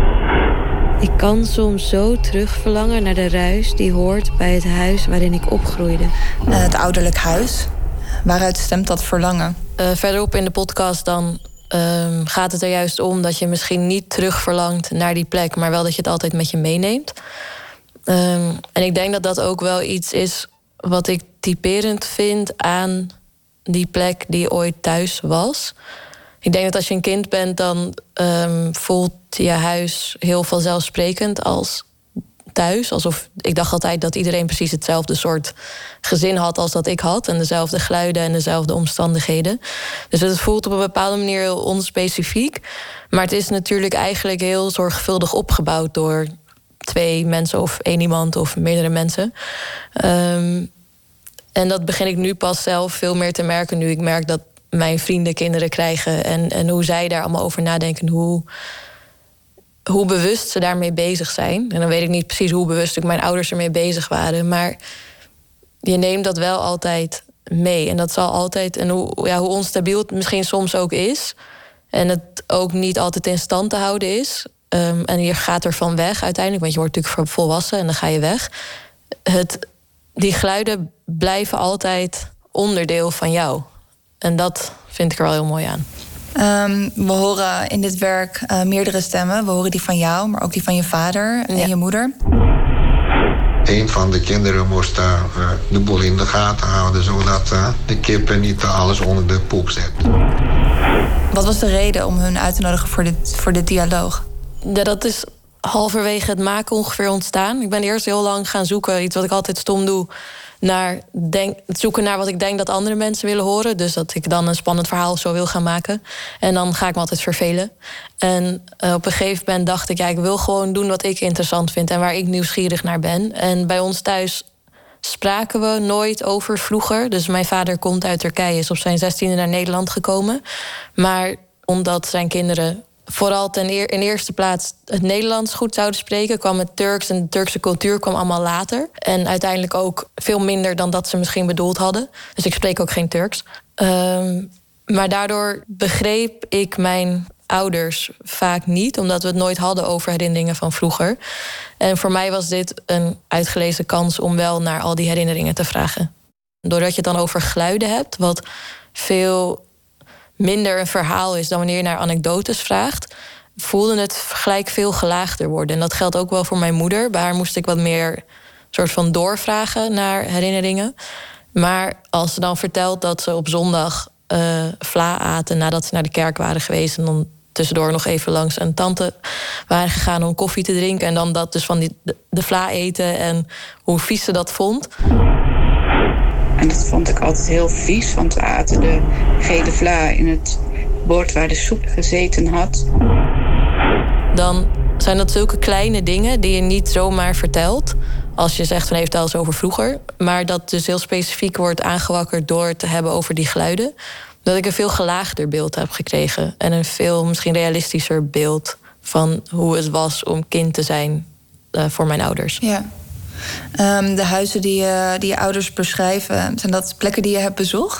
S11: Ik kan soms zo terugverlangen naar de ruis die hoort bij het huis waarin ik opgroeide.
S9: Uh, het ouderlijk huis. Waaruit stemt dat verlangen?
S10: Uh, verderop in de podcast dan Um, gaat het er juist om dat je misschien niet terug verlangt naar die plek, maar wel dat je het altijd met je meeneemt. Um, en ik denk dat dat ook wel iets is wat ik typerend vind aan die plek die ooit thuis was. Ik denk dat als je een kind bent, dan um, voelt je huis heel vanzelfsprekend als thuis. Alsof, ik dacht altijd dat iedereen precies hetzelfde soort gezin had als dat ik had. En dezelfde geluiden en dezelfde omstandigheden. Dus het voelt op een bepaalde manier heel onspecifiek. Maar het is natuurlijk eigenlijk heel zorgvuldig opgebouwd door twee mensen of één iemand of meerdere mensen. Um, en dat begin ik nu pas zelf veel meer te merken nu ik merk dat mijn vrienden kinderen krijgen. En, en hoe zij daar allemaal over nadenken. Hoe... hoe bewust ze daarmee bezig zijn. En dan weet ik niet precies hoe bewust ik mijn ouders ermee bezig waren. Maar je neemt dat wel altijd mee. En dat zal altijd... En hoe, ja, hoe onstabiel het misschien soms ook is. En het ook niet altijd in stand te houden is. Um, en je gaat ervan weg uiteindelijk. Want je wordt natuurlijk volwassen en dan ga je weg. Het, die geluiden blijven altijd onderdeel van jou. En dat vind ik er wel heel mooi aan.
S9: Um, we horen in dit werk uh, meerdere stemmen. We horen die van jou, maar ook die van je vader en ja. je moeder.
S12: Een van de kinderen moest uh, de boel in de gaten houden, zodat uh, de kippen niet alles onder de poep zetten.
S9: Wat was de reden om hun uit te nodigen voor dit, voor dit dialoog?
S10: Ja, dat is halverwege het maken ongeveer ontstaan. Ik ben eerst heel lang gaan zoeken, iets wat ik altijd stom doe, naar denk, het zoeken naar wat ik denk dat andere mensen willen horen. Dus dat ik dan een spannend verhaal zo wil gaan maken. En dan ga ik me altijd vervelen. En uh, op een gegeven moment dacht ik, ja, ik wil gewoon doen wat ik interessant vind en waar ik nieuwsgierig naar ben. En bij ons thuis spraken we nooit over vroeger. Dus mijn vader komt uit Turkije, is op zijn zestiende naar Nederland gekomen. Maar omdat zijn kinderen vooral ten eer, in eerste plaats het Nederlands goed zouden spreken, kwam het Turks en de Turkse cultuur kwam allemaal later. En uiteindelijk ook veel minder dan dat ze misschien bedoeld hadden. Dus ik spreek ook geen Turks. Um, maar daardoor begreep ik mijn ouders vaak niet, omdat we het nooit hadden over herinneringen van vroeger. En voor mij was dit een uitgelezen kans om wel naar al die herinneringen te vragen. Doordat je het dan over geluiden hebt, wat veel minder een verhaal is dan wanneer je naar anekdotes vraagt, voelde het gelijk veel gelaagder worden. En dat geldt ook wel voor mijn moeder. Bij haar moest ik wat meer soort van doorvragen naar herinneringen. Maar als ze dan vertelt dat ze op zondag uh, vla aten nadat ze naar de kerk waren geweest en dan tussendoor nog even langs een tante waren gegaan om koffie te drinken en dan dat dus van die, de, de vla eten en hoe vies ze dat vond.
S13: En dat vond ik altijd heel vies, want we aten de gele vla in het bord waar de soep gezeten had.
S10: Dan zijn dat zulke kleine dingen die je niet zomaar vertelt als je zegt van heeft het al eens over vroeger. Maar dat dus heel specifiek wordt aangewakkerd door het te hebben over die geluiden. Dat ik een veel gelaagder beeld heb gekregen. En een veel misschien realistischer beeld van hoe het was om kind te zijn uh, voor mijn ouders.
S9: Ja. Um, de huizen die, uh, die je ouders beschrijven, zijn dat plekken die je hebt bezocht?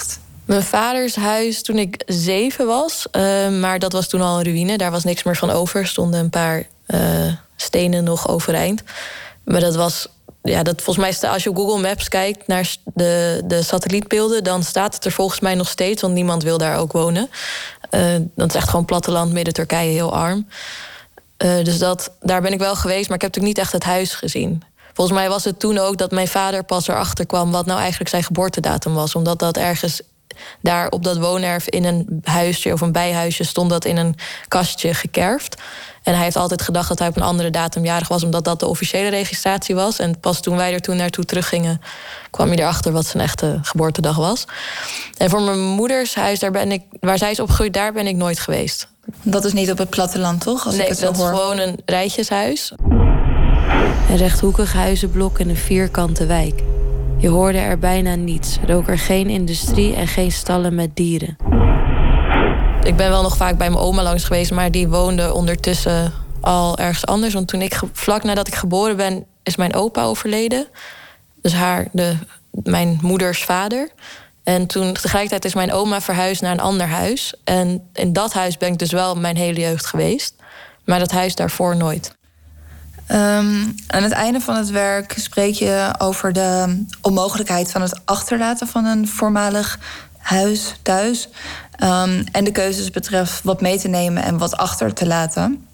S10: Mijn vaders huis toen ik zeven was. Uh, maar dat was toen al een ruïne. Daar was niks meer van over. Er stonden een paar uh, stenen nog overeind. Maar dat was... Ja, dat volgens mij, als je op Google Maps kijkt naar de, de satellietbeelden, dan staat het er volgens mij nog steeds, want niemand wil daar ook wonen. Uh, dat is echt gewoon platteland, midden Turkije, heel arm. Uh, dus dat, daar ben ik wel geweest, maar ik heb natuurlijk niet echt het huis gezien. Volgens mij was het toen ook dat mijn vader pas erachter kwam wat nou eigenlijk zijn geboortedatum was. Omdat dat ergens daar op dat woonerf in een huisje of een bijhuisje stond dat in een kastje gekerfd. En hij heeft altijd gedacht dat hij op een andere datum jarig was, omdat dat de officiële registratie was. En pas toen wij er toen naartoe teruggingen, kwam hij erachter wat zijn echte geboortedag was. En voor mijn moeders huis, daar ben ik, waar zij is opgegroeid, daar ben ik nooit geweest.
S9: Dat is niet op het platteland, toch? Als
S10: nee,
S9: ik het zo
S10: dat
S9: hoor.
S10: is gewoon een rijtjeshuis.
S11: Een rechthoekig huizenblok in een vierkante wijk. Je hoorde er bijna niets. Rook er geen industrie en geen stallen met dieren.
S10: Ik ben wel nog vaak bij mijn oma langs geweest, maar die woonde ondertussen al ergens anders. Want toen ik, vlak nadat ik geboren ben, is mijn opa overleden. Dus haar, de, mijn moeders vader. En toen tegelijkertijd is mijn oma verhuisd naar een ander huis. En in dat huis ben ik dus wel mijn hele jeugd geweest. Maar dat huis daarvoor nooit.
S9: Um, aan het einde van het werk spreek je over de onmogelijkheid van het achterlaten van een voormalig huis thuis. Um, en de keuzes betreft wat mee te nemen en wat achter te laten.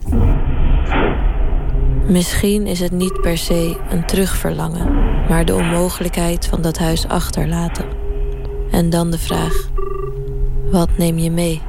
S11: Misschien is het niet per se een terugverlangen, maar de onmogelijkheid van dat huis achterlaten. En dan de vraag: wat neem je mee?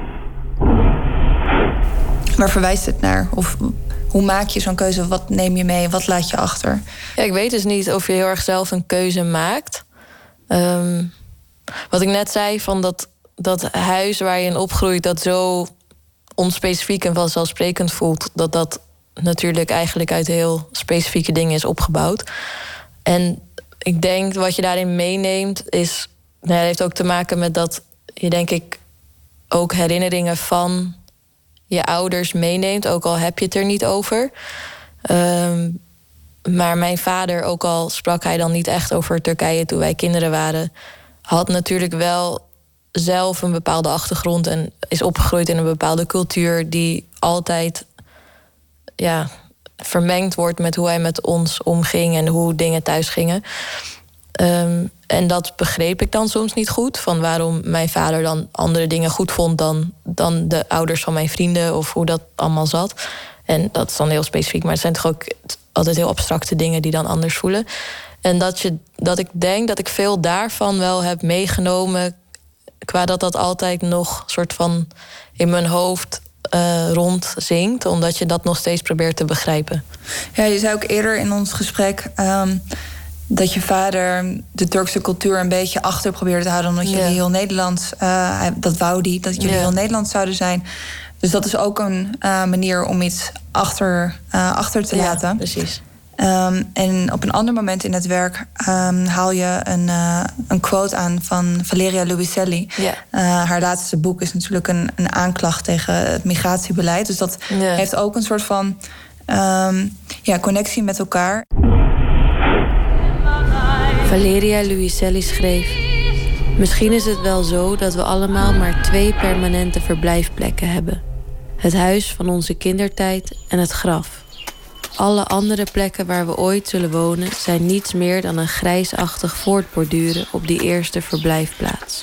S9: Waar verwijst het naar? Of hoe maak je zo'n keuze? Wat neem je mee? Wat laat je achter?
S10: Ja, ik weet dus niet of je heel erg zelf een keuze maakt. Um, wat ik net zei, van dat, dat huis waar je in opgroeit, dat zo onspecifiek en vanzelfsprekend voelt, dat dat natuurlijk eigenlijk uit heel specifieke dingen is opgebouwd. En ik denk wat je daarin meeneemt is, nou ja, dat heeft ook te maken met dat je denk ik ook herinneringen van je ouders meeneemt, ook al heb je het er niet over. Um, maar mijn vader, ook al sprak hij dan niet echt over Turkije toen wij kinderen waren, had natuurlijk wel zelf een bepaalde achtergrond en is opgegroeid in een bepaalde cultuur die altijd ja, vermengd wordt met hoe hij met ons omging en hoe dingen thuis gingen. Um, en dat begreep ik dan soms niet goed, van waarom mijn vader dan andere dingen goed vond dan, dan de ouders van mijn vrienden of hoe dat allemaal zat. En dat is dan heel specifiek, maar het zijn toch ook altijd heel abstracte dingen die dan anders voelen. En dat, je, dat ik denk dat ik veel daarvan wel heb meegenomen, qua dat dat altijd nog soort van in mijn hoofd uh, rondzinkt, omdat je dat nog steeds probeert te begrijpen.
S9: Ja, je zei ook eerder in ons gesprek Um... dat je vader de Turkse cultuur een beetje achter probeerde te houden, omdat jullie ja. heel Nederlands, uh, dat wou die, dat jullie ja. heel Nederlands zouden zijn. Dus dat is ook een uh, manier om iets achter, uh, achter te
S10: ja,
S9: laten.
S10: Precies.
S9: Um, en op een ander moment in het werk um, haal je een, uh, een quote aan van Valeria Luiselli.
S10: Ja.
S9: Uh, haar laatste boek is natuurlijk een, een aanklacht tegen het migratiebeleid. Dus dat ja. heeft ook een soort van um, ja, connectie met elkaar.
S11: Valeria Luiselli schreef: misschien is het wel zo dat we allemaal maar twee permanente verblijfplekken hebben. Het huis van onze kindertijd en het graf. Alle andere plekken waar we ooit zullen wonen zijn niets meer dan een grijsachtig voortborduren op die eerste verblijfplaats.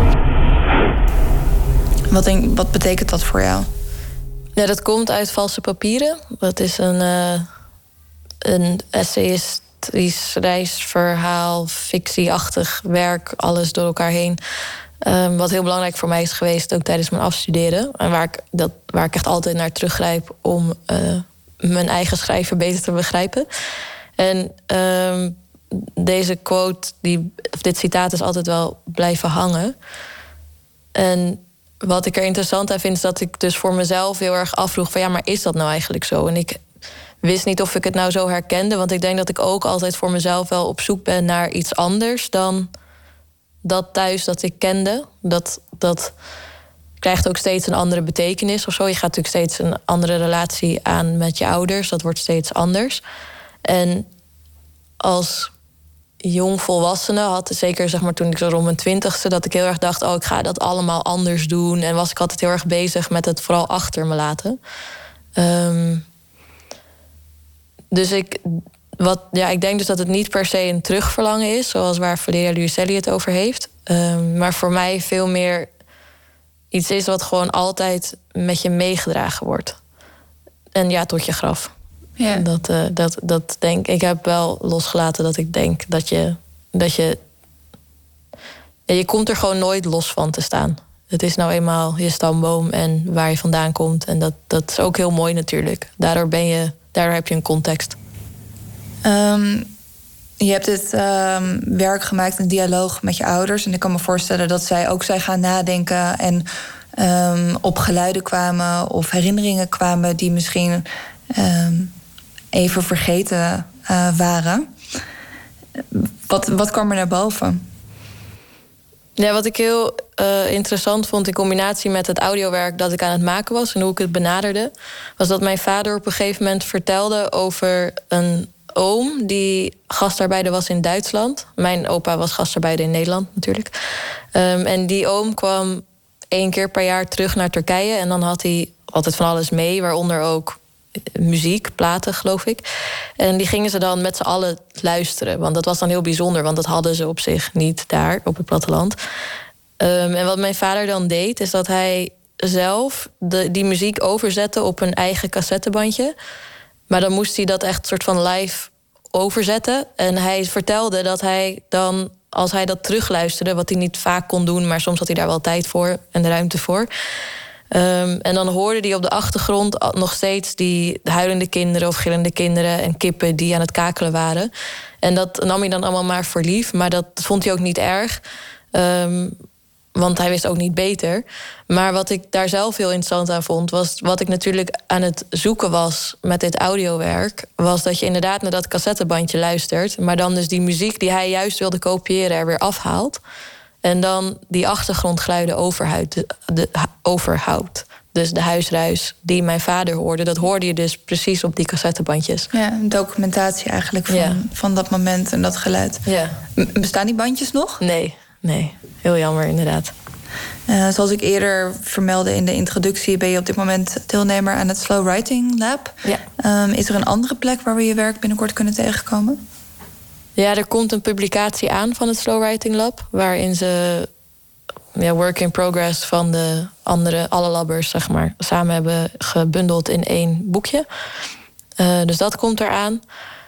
S9: Wat, denk, wat betekent dat voor jou?
S10: Ja, dat komt uit Valse Papieren. Dat is een, uh, een essayist, reisverhaal, fictieachtig werk, alles door elkaar heen. Um, wat heel belangrijk voor mij is geweest, ook tijdens mijn afstuderen. En waar ik, dat, waar ik echt altijd naar teruggrijp om uh, mijn eigen schrijven beter te begrijpen. En um, deze quote, die, of dit citaat is altijd wel blijven hangen. En wat ik er interessant aan vind, is dat ik dus voor mezelf heel erg afvroeg van ja, maar is dat nou eigenlijk zo? En ik wist niet of ik het nou zo herkende, want ik denk dat ik ook altijd voor mezelf wel op zoek ben naar iets anders dan dat thuis dat ik kende. Dat, dat krijgt ook steeds een andere betekenis of zo. Je gaat natuurlijk steeds een andere relatie aan met je ouders. Dat wordt steeds anders. En als jongvolwassene had, zeker zeg maar toen ik zo rond mijn twintigste, dat ik heel erg dacht, oh, ik ga dat allemaal anders doen. En was ik altijd heel erg bezig met het vooral achter me laten. Um, dus ik, wat, ja, ik denk dus dat het niet per se een terugverlangen is, zoals waar Valeria Luiselli het over heeft. Um, maar voor mij veel meer iets is wat gewoon altijd met je meegedragen wordt. En ja, tot je graf. Ja. Dat, uh, dat, dat denk ik. heb wel losgelaten dat ik denk dat je. dat je. Ja, je komt er gewoon nooit los van te staan. Het is nou eenmaal je stamboom en waar je vandaan komt. En dat, dat is ook heel mooi natuurlijk. Daardoor ben je. Daardoor heb je een context.
S9: Um, je hebt dit um, werk gemaakt in dialoog met je ouders. En ik kan me voorstellen dat zij ook zijn gaan nadenken. En um, op geluiden kwamen of herinneringen kwamen die misschien um, even vergeten uh, waren. Wat, wat kwam er naar boven?
S10: Ja, wat ik heel uh, interessant vond in combinatie met het audiowerk dat ik aan het maken was en hoe ik het benaderde, was dat mijn vader op een gegeven moment vertelde over een oom die gastarbeider was in Duitsland. Mijn opa was gastarbeider in Nederland natuurlijk. Um, en die oom kwam één keer per jaar terug naar Turkije en dan had hij altijd van alles mee, waaronder ook muziek, platen, geloof ik. En die gingen ze dan met z'n allen luisteren. Want dat was dan heel bijzonder, want dat hadden ze op zich niet daar, op het platteland. Um, en wat mijn vader dan deed, is dat hij zelf de, die muziek overzette op een eigen cassettebandje. Maar dan moest hij dat echt soort van live overzetten. En hij vertelde dat hij dan, als hij dat terugluisterde, wat hij niet vaak kon doen, maar soms had hij daar wel tijd voor en de ruimte voor. Um, en dan hoorde hij op de achtergrond nog steeds die huilende kinderen of gillende kinderen en kippen die aan het kakelen waren. En dat nam hij dan allemaal maar voor lief, maar dat vond hij ook niet erg. Um, want hij wist ook niet beter. Maar wat ik daar zelf heel interessant aan vond, was wat ik natuurlijk aan het zoeken was met dit audiowerk, was dat je inderdaad naar dat cassettebandje luistert, maar dan dus die muziek die hij juist wilde kopiëren er weer afhaalt. En dan die achtergrondgeluiden overhoudt, de, de, overhoudt. Dus de huisruis die mijn vader hoorde, dat hoorde je dus precies op die cassettebandjes.
S9: Ja, een documentatie eigenlijk van, ja. van dat moment en dat geluid.
S10: Ja.
S9: Bestaan die bandjes nog?
S10: Nee, nee. Heel jammer inderdaad.
S9: Uh, zoals ik eerder vermeldde in de introductie, ben je op dit moment deelnemer aan het Slow Writing Lab.
S10: Ja.
S9: Um, is er een andere plek waar we je werk binnenkort kunnen tegenkomen?
S10: Ja, er komt een publicatie aan van het Slow Writing Lab, waarin ze ja, work in progress van de andere, alle labbers, zeg maar, samen hebben gebundeld in één boekje. Uh, dus dat komt eraan.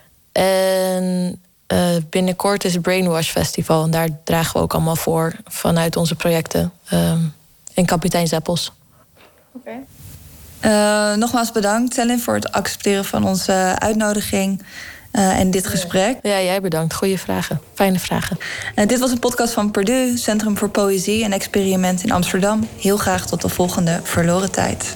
S10: En uh, binnenkort is het Brainwash Festival. En daar dragen we ook allemaal voor vanuit onze projecten um, in Kapitein Zeppels.
S9: Oké. Okay. Uh, nogmaals bedankt, Céline, voor het accepteren van onze uitnodiging. Uh, en dit gesprek.
S10: Ja, jij bedankt. Goeie vragen. Fijne vragen.
S9: Uh, dit was een podcast van Perdue, Centrum voor Poëzie en Experiment in Amsterdam. Heel graag tot de volgende Verloren Tijd.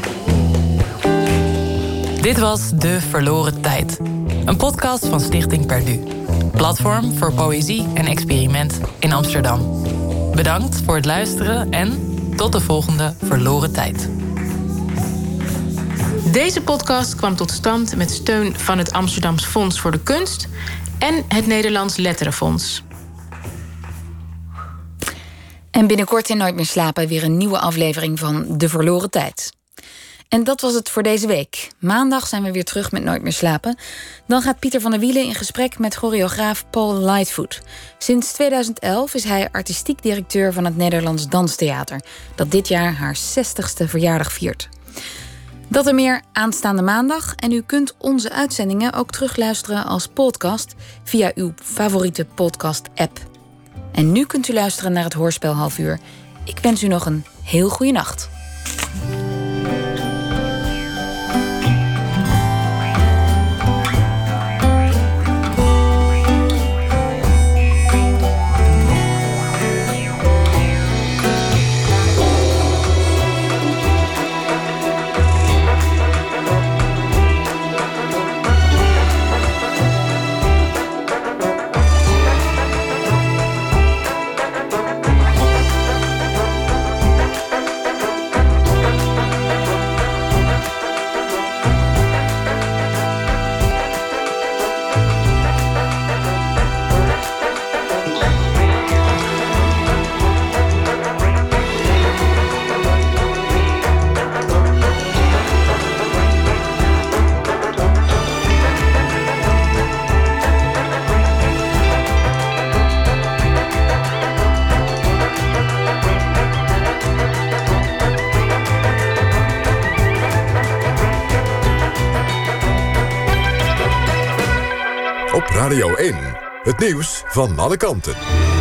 S7: Dit was De Verloren Tijd. Een podcast van Stichting Perdue. Platform voor poëzie en experiment in Amsterdam. Bedankt voor het luisteren en tot de volgende Verloren Tijd.
S8: Deze podcast kwam tot stand met steun van het Amsterdams Fonds voor de Kunst en het Nederlands Letterenfonds.
S2: En binnenkort in Nooit meer slapen weer een nieuwe aflevering van De Verloren Tijd. En dat was het voor deze week. Maandag zijn we weer terug met Nooit meer slapen. Dan gaat Pieter van der Wielen in gesprek met choreograaf Paul Lightfoot. Sinds tweeduizend elf is hij artistiek directeur van het Nederlands Danstheater, dat dit jaar haar zestigste verjaardag viert. Dat en meer aanstaande maandag. En u kunt onze uitzendingen ook terugluisteren als podcast via uw favoriete podcast-app. En nu kunt u luisteren naar het hoorspel Half Uur. Ik wens u nog een heel goede nacht.
S5: Radio één. Het nieuws van alle kanten.